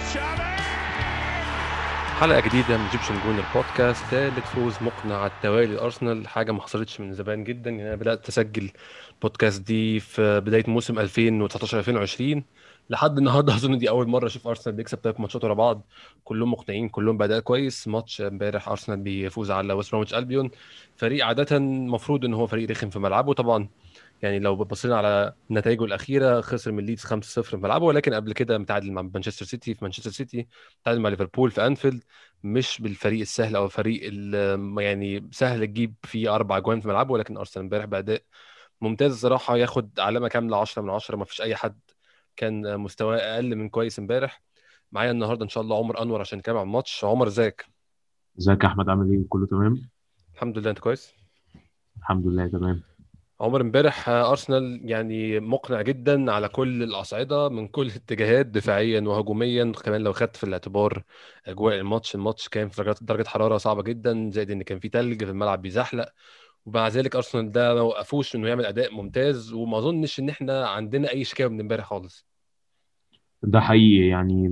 حلقة جديدة من جيبشن جون البودكاست. ثالث فوز مقنع على التوالي لأرسنال، حاجة ما حصلتش من زمان جدا. يعني أنا بدأت أسجل بودكاست دي في بداية موسم 2019-2020 لحد النهاردة. أظن دي أول مرة أشوف أرسنال بيكسب 3 ماتشات ورا بعض، كلهم مقنعين، كلهم بأداء كويس. ماتش امبارح أرسنال بيفوز على ويست بروميتش ألبيون، فريق عادة المفروض إن هو فريق رخم في ملعبه طبعا. يعني لو بصينا على نتائجه الأخيرة، خسر من ليدز 5-0 في ملعبه، ولكن قبل كده متعادل مع مانشستر سيتي في مانشستر سيتي، متعادل مع ليفربول في أنفيلد. مش بالفريق السهل او الفريق يعني سهل تجيب فيه 4 اجوان في ملعبه، ولكن ارسنال امبارح باداء ممتاز الصراحه، ياخد علامه كامله 10 من 10. ما فيش اي حد كان مستواه اقل من كويس امبارح. معايا النهارده ان شاء الله عمر انور عشان نتكلم عن الماتش. عمر ازيك؟ ازيك يا احمد؟ عامل ايه؟ كله تمام. الحمد لله، انت كويس؟ الحمد لله تمام. عمر امبارح ارسنال يعني مقنع جدا على كل الاصعده، من كل الاتجاهات، دفاعيا وهجوميا كمان. لو خدت في الاعتبار اجواء الماتش كان في درجه حراره صعبه جدا، زائد ان كان في تلج في الملعب بيزحلق. ومع ذلك ارسنال ده ما وقفوش انه يعمل اداء ممتاز، وما اظنش ان احنا عندنا اي شكاوى من امبارح خالص. ده حقيقي، يعني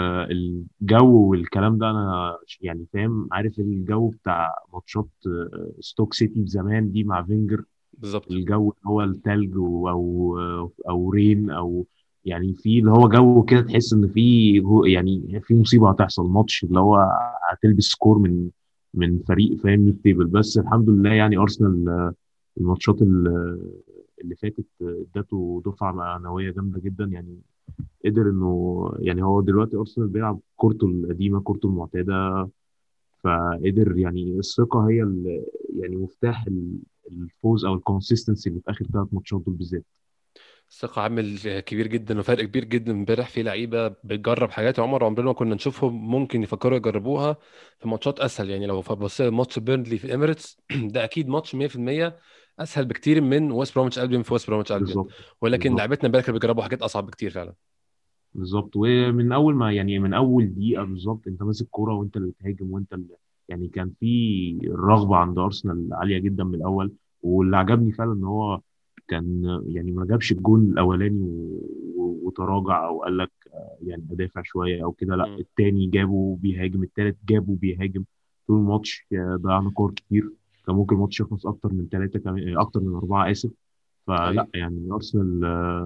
الجو والكلام ده انا يعني فاهم، عارف الجو بتاع ماتشات ستوك سيتي زمان دي مع فينجر. بالظبط. الجو اللي هو التلج او رين، او يعني في اللي هو جو كده تحس ان في يعني في مصيبه هتحصل، ماتش اللي هو هتلبس سكور من فريق فاهم ميد تيبل. بس الحمد لله يعني ارسنال الماتشات اللي فاتت اداته دفعه معنويه جامده جدا يعني. قدر انه يعني هو دلوقتي ارسنال بيلعب كورته القديمه، كورته المعتاده. فقدر يعني الثقه هي يعني مفتاح الفوز او الكونسيستنسي اللي في اخر 3 ماتشات دول بالذات. الثقة عامل كبير جدا وفرق كبير جدا. امبارح في لعيبة بتجرب حاجات يا عمر عمرنا ما كنا نشوفهم ممكن يفكروا يجربوها في ماتشات اسهل. يعني لو بصينا ماتش بيرنلي في الاميريتس ده اكيد ماتش 100% اسهل بكتير من ويست بروميتش البيون في ويست بروميتش البيون، بالظبط. ولكن بالظبط. لعيبتنا امبارح كانوا بيجربوا حاجات اصعب بكتير فعلا. بالظبط، ومن اول ما يعني من اول دقيقه بالظبط انت ماسك كوره وانت اللي بتهاجم وانت اللي يعني كان في الرغبه عند ارسنال عاليه جدا من الاول. واللي عجبني فعلا ان هو كان يعني ما جابش الجون الاولاني وتراجع او قال لك يعني ادافع شويه او كده. لا، مم. التاني جابه بيهاجم، التالت جابه بيهاجم. طول الماتش ضيعنا كور كتير. كان ممكن الماتش يخلص اكتر من 3، كمان اكتر من 4، اسف. فلا ايوه. يعني ارسنال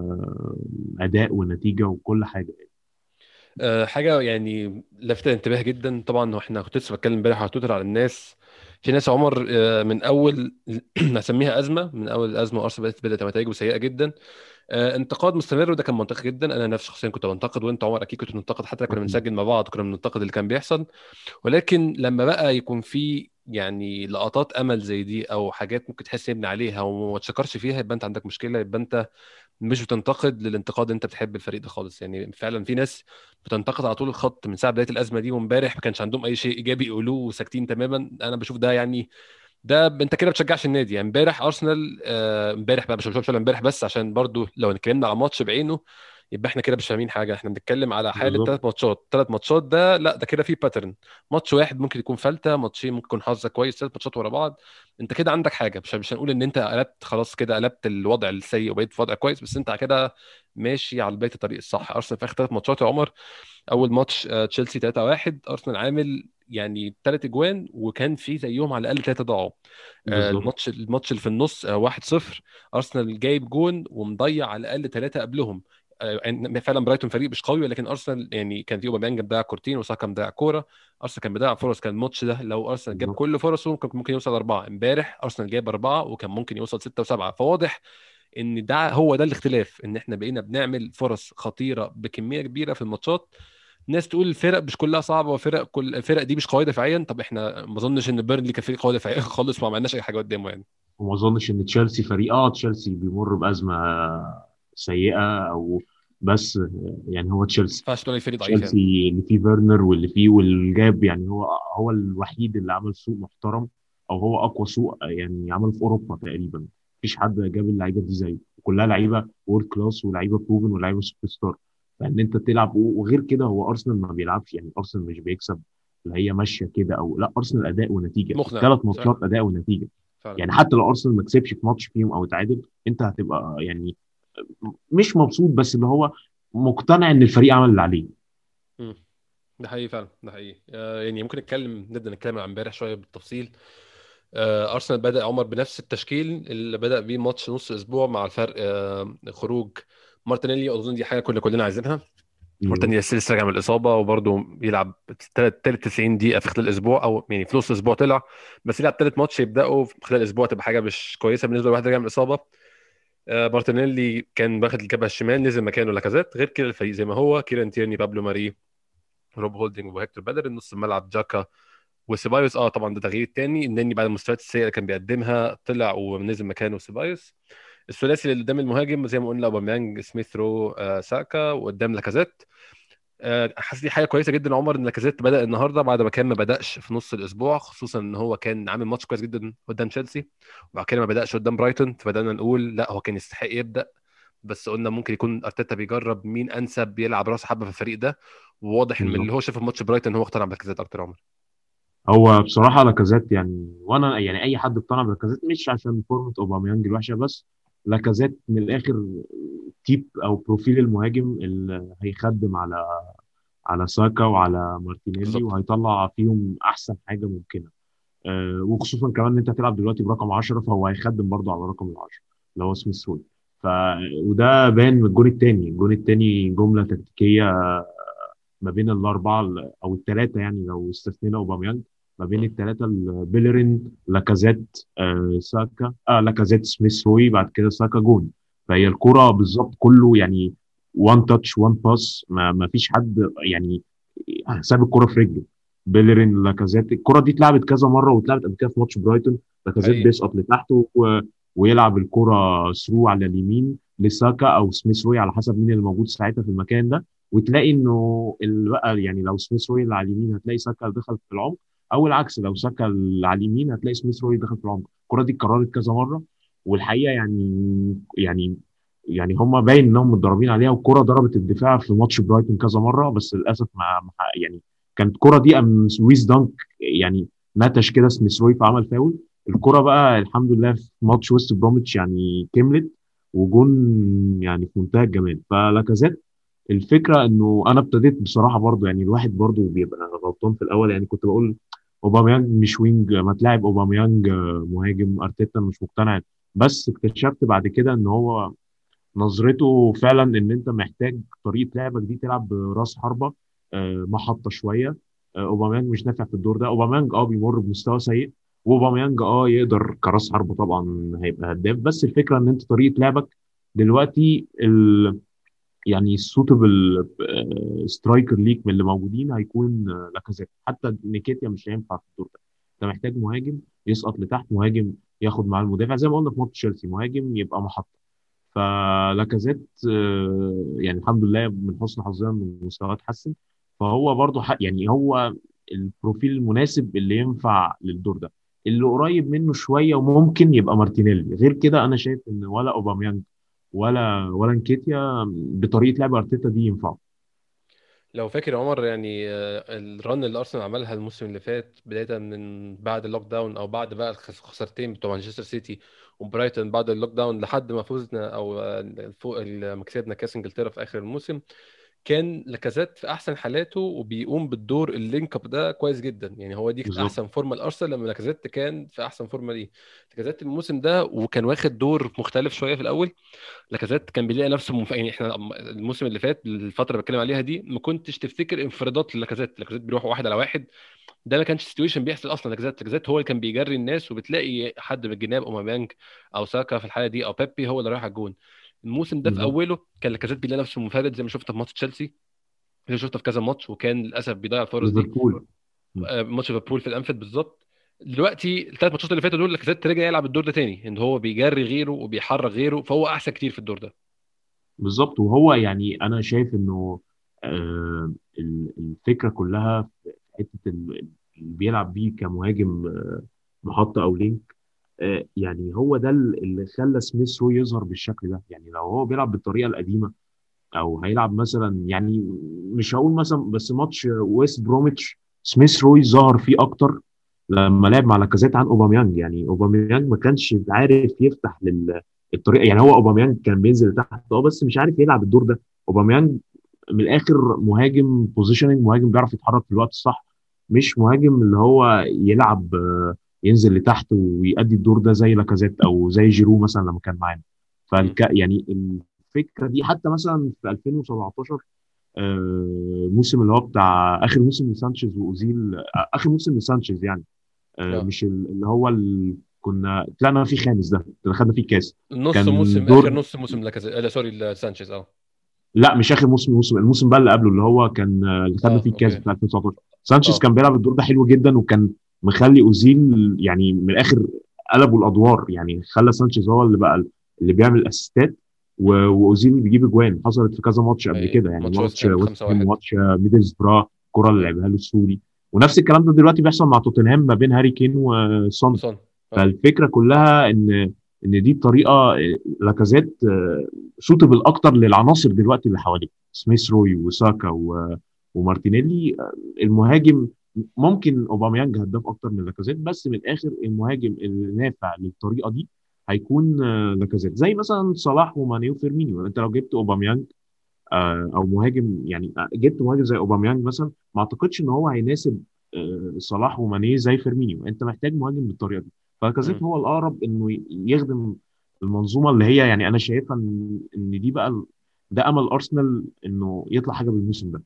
اداء ونتيجه وكل حاجه. حاجة يعني لفتة انتباه جدا طبعا، واحنا كنت لسه بتكلم امبارح على تويتر على الناس. في ناس يا عمر من اول هسميها ازمه، من اول الازمه ارسنال بدات نتائجه سيئه جدا. انتقاد مستمر، وده كان منطقي جدا. انا نفسي شخصيا كنت بنتقد، وانت عمر اكيد كنت بنتقد، حتى كنا أكيد. بنسجل مع بعض كنا بننتقد اللي كان بيحصل. ولكن لما بقى يكون في يعني لقطات امل زي دي، او حاجات ممكن تحس نبني عليها وما تشكرش فيها، يبقى انت عندك مشكله. يبقى انت مش بتنتقد للانتقاد، انت بتحب الفريق ده خالص. يعني فعلا في ناس بتنتقد على طول الخط من ساعه بدايه الازمه دي، وامبارح ما كانش عندهم اي شيء ايجابي يقولوه وساكتين تماما. انا بشوف ده يعني ده انت كده بتشجعش النادي. يعني امبارح ارسنال امبارح بقى، مش بشوف امبارح بس، عشان برضو لو اتكلمنا على ماتش بعينه يبقى احنا كده مش فاهمين حاجه. احنا بنتكلم على حاله بالظبط. 3 ماتشات، 3 ماتشات ده لا، ده كده في باترن. ماتش واحد ممكن يكون فلته، ماتشين ممكن يكون حظك كويس، 3 ماتشات ورا بعض انت كده عندك حاجه. مش هنقول ان انت قلبت خلاص كده، قلبت الوضع السيء وبقيت في وضع كويس، بس انت كده ماشي على بدايه الطريق الصح. ارسنال في اخر 3 ماتشات يا عمر، اول ماتش تشيلسي 3-1، ارسنال عامل يعني 3 اجوان، وكان في زيهم على الاقل 3 ضاعوا. بالظبط. الماتش اللي في النص 1-0، ارسنال جايب جون ومضيع على الاقل 3 قبلهم. فعلا برايتون فريق مش قوي، ولكن ارسنال يعني كان في اوباميانج مضيع كورتين، وساكا مضيع كوره. ارسنال كان بيضيع فرص. كان الماتش ده لو ارسنال جاب بالظبط. كل فرصه ممكن يوصل 4. امبارح ارسنال جايب 4 وكان ممكن يوصل 6 و7. فواضح ان ده هو ده الاختلاف، ان احنا بقينا بنعمل فرص خطيره بكميه كبيره في الماتشات. ناس تقول الفرق مش كلها صعبه، وفرق كل الفرق دي مش قويه دفاعيا. طب احنا ما اظنش ان بيرنلي كان فريق قوي دفاعيا خالص، ما عملناش اي حاجه قدامه يعني. وما اظنش ان تشيلسي فريق تشيلسي بيمر بازمه سيئه او بس يعني هو ما تشيلسي. ينفعش تقول الفريق ضعيف يعني. تشيلسي اللي فيه فيرنر واللي فيه والجاب، يعني هو الوحيد اللي عمل سوق محترم، او هو اقوى سوق يعني عمل في اوروبا تقريبا. مفيش حد جاب اللعيبه دي زيه، كلها لعيبه وورد كلاس ولعيبه بروفن ولعيبه سوبر ستار. فان انت تلعب وغير كده هو ارسنال ما بيلعبش، يعني ارسنال مش بيكسب اللي هي ماشيه كده او لا، ارسنال اداء ونتيجه، مقنع. ال3 ماتشات فعلا. اداء ونتيجه. فعلا. يعني حتى لو ارسنال ما كسبش في ماتش فيهم او اتعادل، انت هتبقى يعني مش مبسوط، بس اللي هو مقتنع ان الفريق عمل اللي عليه. مم. ده حقيقي فعلا، ده حقيقي. يعني ممكن نبدا نتكلم عن امبارح شويه بالتفصيل. ارسنال بدا عمر بنفس التشكيل اللي بدا بيه ماتش نص اسبوع، مع الفرق خروج مارتينيلي. اظن دي حاجه كلنا عايزينها. بالظبط. مارتينيلي لسه راجع من الاصابه، وبرضه بيلعب تلات 90 دقيقه في خلال اسبوع، او يعني في نص اسبوع طلع، بس يلعب ثالث ماتش يبداوا في خلال اسبوع، تبقى حاجه مش كويسه بالنسبه لواحد راجع من الاصابه. مارتينيلي كان واخد الجبهه الشمال، نزل مكانه لاكازيت. غير كده الفريق زي ما هو: كيران تيرني، بابلو ماري، روب هولدنج، وهيكتور بدر. النص الملعب جاكا وسيبايوس. طبعا ده تغيير تاني، النني بعد المستويات السيئه اللي كان بيقدمها طلع ونزل مكانه سيبايوس. الثلاثي اللي قدام المهاجم زي ما قلنا: اوباميانج، سميث رو، ساكا، وقدام لاكازيت. حاسس دي حاجه كويسه جدا عمر، ان لاكازيت بدا النهارده بعد ما كان ما بداش في نص الاسبوع، خصوصا ان هو كان عامل ماتش كويس جدا قدام تشيلسي، وبعد كده ما بداش قدام برايتون، فبدانا نقول لا، هو كان يستحق يبدا. بس قلنا ممكن يكون ارتيتا بيجرب مين انسب يلعب راس حبه في الفريق ده، وواضح ان اللي بالظبط. هو شاف في ماتش برايتون هو اقتنع بلاكازيت اكتر عمر. هو بصراحه لاكازيت يعني، وانا يعني اي حد اقتنع بلاكازيت مش عشان فورمه اوباميانج الوحشه بس. لاكازيت من الاخر تيب او بروفيل المهاجم اللي هيخدم على ساكا وعلى مارتينيلي، بالظبط. وهيطلع فيهم احسن حاجه ممكنه. وخصوصا كمان ان انت هتلعب دلوقتي برقم 10، فهو هيخدم برضه على رقم ال 10 اللي هو سميث روي. ف وده باين من الجون الثاني جمله تكتيكيه ما بين الاربعه او الثلاثه، يعني لو استثنينا اوباميانج. ما بين مم. الثلاثه: بيلرين، لاكازيت، ساكا، لاكازيت، سميث روي، بعد كده ساكا، جون. فهي مم. الكرة بالظبط كله يعني وان تاتش وان باس، ما فيش حد يعني ساب الكرة في رجله. بيلرين، لاكازيت، الكرة دي اتلعبت كذا مرة، واتلعبت قبل كده في ماتش برايتون. لاكازيت حقيقي. بيسقط لتحت ويلعب الكرة ثرو على اليمين لساكا او سميث روي على حسب مين اللي موجود ساعتها في المكان ده. وتلاقي انه بقى يعني لو سميث روي اللي على اليمين هتلاقي ساكا دخل في العمق، او العكس لو ساكا اللي على اليمين هتلاقي سميث روي دخل في العمق. الكرة دي اتكررت كذا مرة، والحقيقة يعني هم باين انهم متدربين عليها، والكرة ضربت الدفاع في ماتش برايتون كذا مرة، بس للاسف يعني كانت الكرة دي ام سويس دانك يعني، نتش كده سميث روي فعمل فاول. الكرة بقى الحمد لله في ماتش ويست بروميتش يعني كملت وجون، يعني في منتهى الجمال. فلاكازيت الفكره انه انا ابتديت بصراحه برضو، يعني الواحد برضو بيبقى غلطان في الاول، يعني كنت بقول اوباميانج مش وينج، ما تلاعب اوباميانج مهاجم، ارتيتا مش مقتنع. بس اكتشفت بعد كده ان هو نظرته فعلا ان انت محتاج طريقه لعبك دي تلعب براس حربه محطه شويه. اوباميانج مش نافع في الدور ده. اوباميانج بيمر بمستوى سيء، واوباميانج يقدر كراس حربه طبعا هيبقى هداف، بس الفكره ان انت طريقه لعبك دلوقتي يعني السوتبل سترايكر ليك من اللي موجودين هيكون لاكازيت. حتى نيكيتيا مش هينفع في الدور ده. انت محتاج مهاجم يسقط لتحت، مهاجم ياخد مع المدافع زي ما قلنا في ماتش تشيلسي، مهاجم يبقى محطة. فلاكازيت يعني الحمد لله من حسن حظنا ان مستواه اتحسن. فهو برضه يعني هو البروفيل المناسب اللي ينفع للدور ده. اللي قريب منه شويه وممكن يبقى مارتينيلي، غير كده انا شايف ان ولا اوباميانج ولا نكيتيا بطريقه لعب ارتيتا دي ينفعوا. لو فاكر يا عمر، يعني الرن اللي ارسنال عملها الموسم اللي فات، بدايه من بعد اللوك داون، او بعد بقى الخسارتين بتوع مانشستر سيتي وبرايتون بعد اللوك داون، لحد ما فوزنا او ما كسبنا كاس انجلترا في اخر الموسم، كان لاكازيت في احسن حالاته وبيقوم بالدور اللينك اب ده كويس جدا. يعني هو دي كانت بالظبط. احسن فورمه لارسنال لما لاكازيت كان في احسن فورمه ليه. لاكازيت الموسم ده وكان واخد دور مختلف شويه في الاول. لاكازيت كان بيلاقي نفسه يعني احنا الموسم اللي فات، الفتره اللي بتكلم عليها دي، ما كنتش تفتكر انفرادات للاكازيت. لاكازيت بيروح واحد على واحد، ده ما كانش سيتويشن بيحصل اصلا. لاكازيت هو اللي كان بيجري الناس، وبتلاقي حد من الجناب، اوماميانج او ساكا في الحاله دي، او بيبي، هو اللي رايح على الجون. الموسم ده في بالظبط. اوله كان لاكازيت بيلاقي نفسه منفرد، زي ما شفت في ماتش تشيلسي، اللي شفته في كذا ماتش، وكان للاسف بيضيع الفرص دي. ليفربول. م. ماتش ليفربول في الانفيلد بالظبط. دلوقتي الثلاث ماتشات اللي فاتوا دول لاكازيت رجع يلعب الدور ده تاني، ان هو بيجري غيره وبيحرك غيره، فهو احسن كتير في الدور ده. بالظبط. وهو يعني انا شايف انه الفكره كلها في حته اللي بيلعب بيه كمهاجم محطه او لينك. يعني هو ده اللي خلى سميث رو يظهر بالشكل ده. يعني لو هو بيلعب بالطريقه القديمه، او هيلعب مثلا يعني مش هقول مثلا، بس ماتش ويست بروميتش سميث روي ظهر فيه اكتر لما لعب مع لاكازيت عن اوباميانج. يعني اوباميانج ما كانش عارف يفتح الطريقه. يعني هو اوباميانج كان بينزل تحت بس مش عارف يلعب الدور ده. اوباميانج من الاخر مهاجم بوزيشننج، مهاجم بيعرف يتحرك في الوقت الصح، مش مهاجم اللي هو يلعب ينزل لتحت ويأدي الدور ده زي لاكازيت او زي جيرو مثلا لما كان معانا. مم. يعني الفكره دي حتى مثلا في 2017، موسم اللي هو بتاع اخر موسم لسانشيز واوزيل، اخر موسم لسانشيز يعني، اه مش اللي هو كنا طلعنا فيه خامس، ده اللي خدنا فيه الكاس. نص كان موسم، اخر دور، نص موسم لا سوري سانشيز لا مش اخر موسم، الموسم بقى اللي قبله اللي هو كان اللي خدنا فيه الكاس اوكي بتاع 2019. سانشيز اه كان بيلعب الدور ده حلو جدا، وكان مخلي اوزيل يعني من الاخر قلبوا الادوار، يعني خلى سانشيز هو اللي بقى اللي بيعمل اسيستات، مم. واوزيل اللي بيجيب اجوان. حصلت في كذا ماتش قبل اي كده، يعني ماتش ويست ماتش هام ويست هام، 5-1. ماتش ميدلسبرا، الكره اللي مم. لعبها له السوري. ونفس الكلام ده دلوقتي بيحصل مع توتنهام ما بين هاري كين وسون. وصن اه فالفكره كلها ان دي طريقه لاكازيت سوتبل اكتر للعناصر دلوقتي اللي حواليه، سميث روي وساكا ومارتينيلي. المهاجم ممكن اوباميانج هداف اكتر من لاكازيت، بس من الاخر المهاجم اللي نافع للطريقه دي هيكون لاكازيت. زي مثلا صلاح وماني وفيرمينيو. انت لو جبت اوباميانج او مهاجم، يعني جبت مهاجم زي اوباميانج مثلا، ما اعتقدش ان هو هيناسب صلاح وماني زي فيرمينيو. انت محتاج مهاجم بالطريقه دي، فلاكازيت مم. هو الاقرب انه يخدم المنظومه اللي هي، يعني انا شايفها ان دي بقى ده امل ارسنال انه يطلع حاجه بالموسم ده.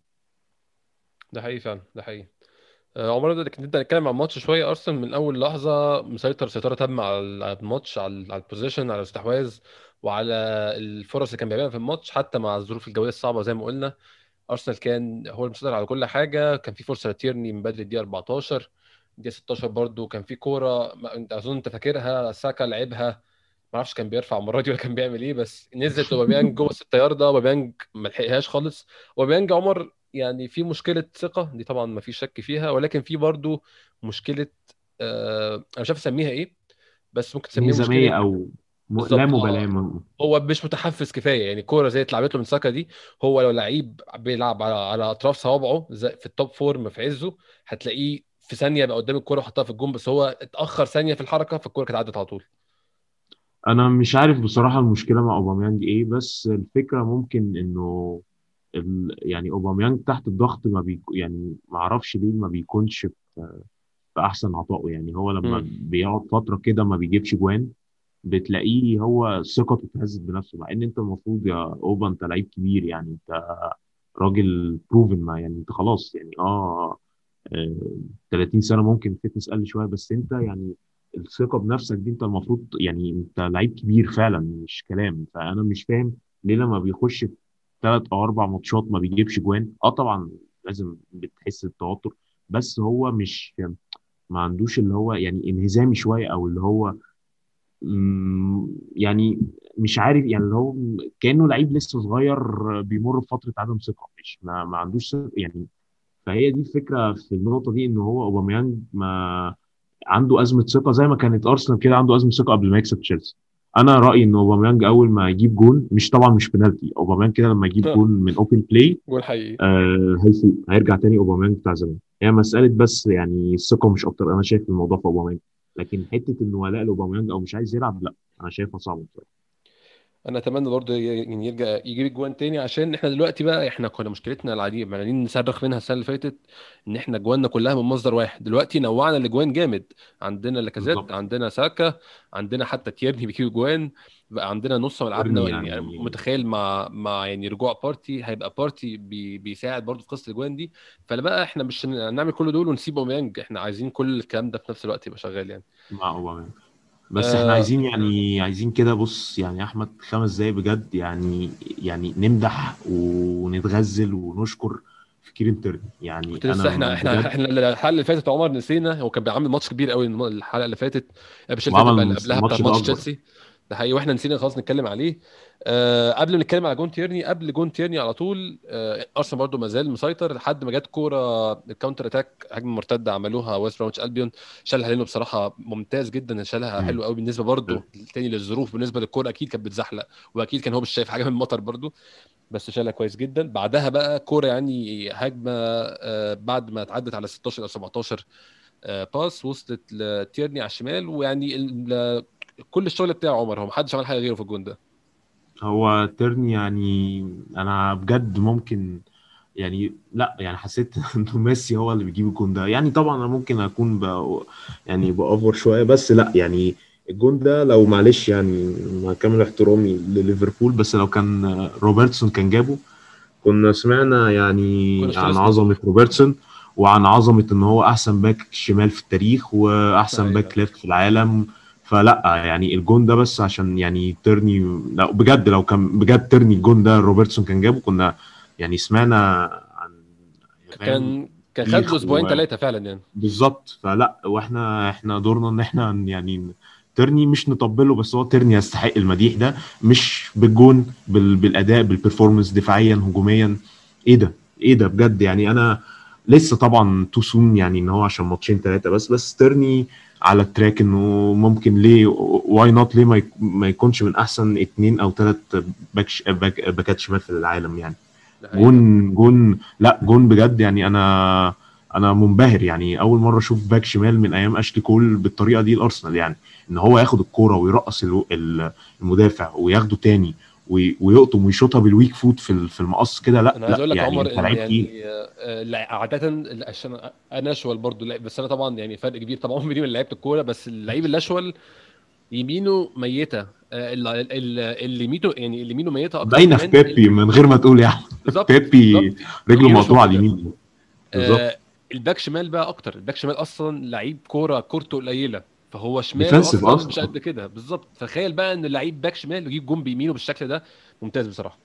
ده حقيقي فعلا ده حقيقي. عمر ده نبدا نتكلم عن الماتش شويه. ارسنال من اول لحظه مسيطر سيطره تامه على الماتش، على البوزيشن، على الاستحواذ، وعلى الفرص اللي كان بيعملها في الماتش حتى مع الظروف الجويه الصعبه زي ما قلنا. ارسنال كان هو المسيطر على كل حاجه. كان في فرصه لتيرني من بدري الدقيقه 14، الدقيقه 16 برضو كان في كوره انت اظن انت فاكرها، ساكا لعبها، ما اعرفش كان بيرفع المره دي ولا كان بيعمل ايه، بس نزلت اوباميانج جوه الست ياردة، اوباميانج ما لحقهاش خالص. اوباميانج عمر يعني في مشكله ثقه دي طبعا ما فيش شك فيها، ولكن في برضو مشكله انا مش عارف اسميها ايه، بس ممكن تسميه انهزاميه مشكله. او لا بالظبط مبالاه هو مش متحفز كفايه. يعني كوره زي اللي اتلعبت له من ساكا دي، هو لو لعيب بيلعب على اطراف صوابعه زي في التوب فورم في عزه، هتلاقيه في ثانيه بقى قدام الكوره وحطها في الجون، بس هو اتاخر ثانيه في الحركه فالكوره كانت عدت على طول. انا مش عارف بصراحه المشكله مع اوباميانج ايه، بس الفكره ممكن انه يعني اوباميانج تحت الضغط ما يعني ما اعرفش ليه ما بيكونش في احسن عطائه. يعني هو لما امم بيقعد فتره كده ما بيجيبش جوان، بتلاقيه هو ثقته اتهزت بنفسه، مع ان انت المفروض يا اوبا انت لعيب كبير، يعني انت راجل بروفن، ما يعني انت خلاص يعني 30 سنه ممكن فتنس قل شويه، بس انت يعني الثقه بنفسك دي انت المفروض، يعني انت لعيب كبير فعلا مش كلام. فانا مش فاهم ليه لما بيخش في 3 او 4 ماتشات ما بيجيبش جوان. طبعا لازم بتحس بالتوتر، بس هو مش ما عندوش اللي هو يعني انهزامي شويه، او اللي هو يعني مش عارف، يعني اللي هو كانه لعيب لسه صغير بيمر بفتره عدم ثقه، مش ما عندوش ثقه يعني. فهي دي الفكره في النقطه دي، ان هو اوباميانج ما عنده ازمه ثقه، زي ما كانت ارسنال كده عنده ازمه ثقه قبل ما يكسب تشيلسي. انا رايي ان اوباميانج اول ما يجيب جون، مش طبعا مش بنالتي، اوباميانج كده لما يجيب جون من اوبن بلاي جول حقيقي. هيفوق، هيرجع تاني اوباميانج بتاع زمان. هي مساله بس يعني الثقه مش اكتر، انا شايف الموضوع في اوباميانج. لكن حته انه ولاء لاوباميانج او مش عايز يلعب، لا انا شايفها صعبه بصراحه. انا اتمنى برضه يعني يرجع يجيب الجوان تاني، عشان احنا دلوقتي بقى احنا كنا مشكلتنا العاديه عمالين نصرخ منها السنه اللي فاتت ان احنا جواننا كلها من مصدر واحد. دلوقتي نوعنا الاجوان جامد، عندنا لاكازيت، بالظبط. عندنا ساكا، عندنا حتى تيرني بيجيب جوان، بقى عندنا نص ملعبنا. تيرني يعني أنا يعني متخيل مع يعني رجوع بارتي هيبقى بارتي بيساعد برضه في قصه الاجوان دي. فبقى احنا مش هنعمل كل دول ونسيب اوميانج، احنا عايزين كل الكلام ده في نفس الوقت يبقى شغال يعني. مع اوباميانج. بس احنا آه عايزين، يعني عايزين كده، بص يعني يا احمد 5 دقايق بجد، يعني نمدح ونتغزل ونشكر في كيرن تيرني. يعني كنت لسه انا احنا بجد. الحلقه اللي فاتت عمر نسينا هو كان بيعمل ماتش كبير قوي الحلقه اللي فاتت، مش اللي فاتت بقى اللي وعمل قبلها بتاع الماتش ماتش الاكبر. تشيلسي. ده حقيقي واحنا نسينا خلاص نتكلم عليه. قبل ما نتكلم على جون تيرني، قبل جون تيرني على طول ارسنال برضو ما زال مسيطر لحد ما جت كوره الكاونتر اتاك، هجمه مرتده عملوها ويست براموتش البيون، شالها لانه بصراحه ممتاز جدا، شالها مم. حلو قوي بالنسبه برضو تاني للظروف. بالنسبه للكوره اكيد كانت بتزحلق، واكيد كان هو مش شايف حاجه من المطر برضو، بس شالها كويس جدا. بعدها بقى كوره يعني هجمه بعد ما اتعدت على 16 او 17 باس وصلت لتيرني على الشمال، ويعني كل الشغل بتاع عمر هو محدش عمل حاجه غيره في الجون ده. هو ترني يعني انا بجد ممكن يعني لا يعني حسيت انه ميسي هو اللي بيجيب الجون ده. يعني طبعا انا ممكن اكون يعني بأوفر شويه، بس لا يعني الجون ده لو معلش يعني مع كامل احترامي لليفربول، بس لو كان روبرتسون كان جابه كنا سمعنا كنا يعني عن اشترينا. عظمه روبرتسون، وعن عظمه ان هو احسن باك شمال في التاريخ ده واحسن حقيقة. باك ليفت في العالم. فلا يعني الجون ده بس عشان يعني ترني، لا بجد لو كان بجد ترني الجون ده روبرتسون كان جابه كنا يعني سمعنا عن فاهم كان خد له تاريخ اسبوعين ثلاثة فعلا يعني. بالظبط. فلا واحنا دورنا ان احنا يعني ترني مش نطبله، بس هو ترني يستحق المديح ده، مش بالجون بالاداء بالبرفورمانس دفاعيا هجوميا. ايه ده ايه ده بجد يعني. انا لسه طبعا تو سون يعني ان هو عشان ماتشين ثلاثه بس ترني على التراك انه ممكن ليه واي نوت ليه ما يكونش من احسن اتنين او ثلاث باكات شمال في العالم يعني. ده حقيقة. جون لا جون بجد يعني. انا منبهر يعني اول مره اشوف باك شمال من ايام اشلي كول بالطريقه دي الارسنال يعني. ان هو ياخد الكوره ويرقص المدافع وياخده تاني ويقطم ويشوطها بالويك فوت في المقص كده. لا انا عايز لا اقول لك يا يعني عمر انت ان لعيب تقيل. يعني عاده عشان انا اشول برضو بس انا طبعا يعني فرق كبير طبعا بيني وبين لعيبه الكوره، بس اللعيب الاشول يمينه ميته، اللي يمينه يعني اللي يمينه ميته اكتر باينه في كمان بيبي من غير ما تقول يعني. بالظبط بيبي بالظبط. رجله هي مش مقطوعه على موجوده. اليمين. بالظبط. آه، الباك شمال بقى اكتر، الباك شمال اصلا لعيب كوره كورته قليله، فهو شماله ديفensive اصلا مش اصلا. قد كده بالظبط. تخيل بقى ان اللعيب باك شمال يجيب جون بيمينه بالشكل ده، ممتاز بصراحه.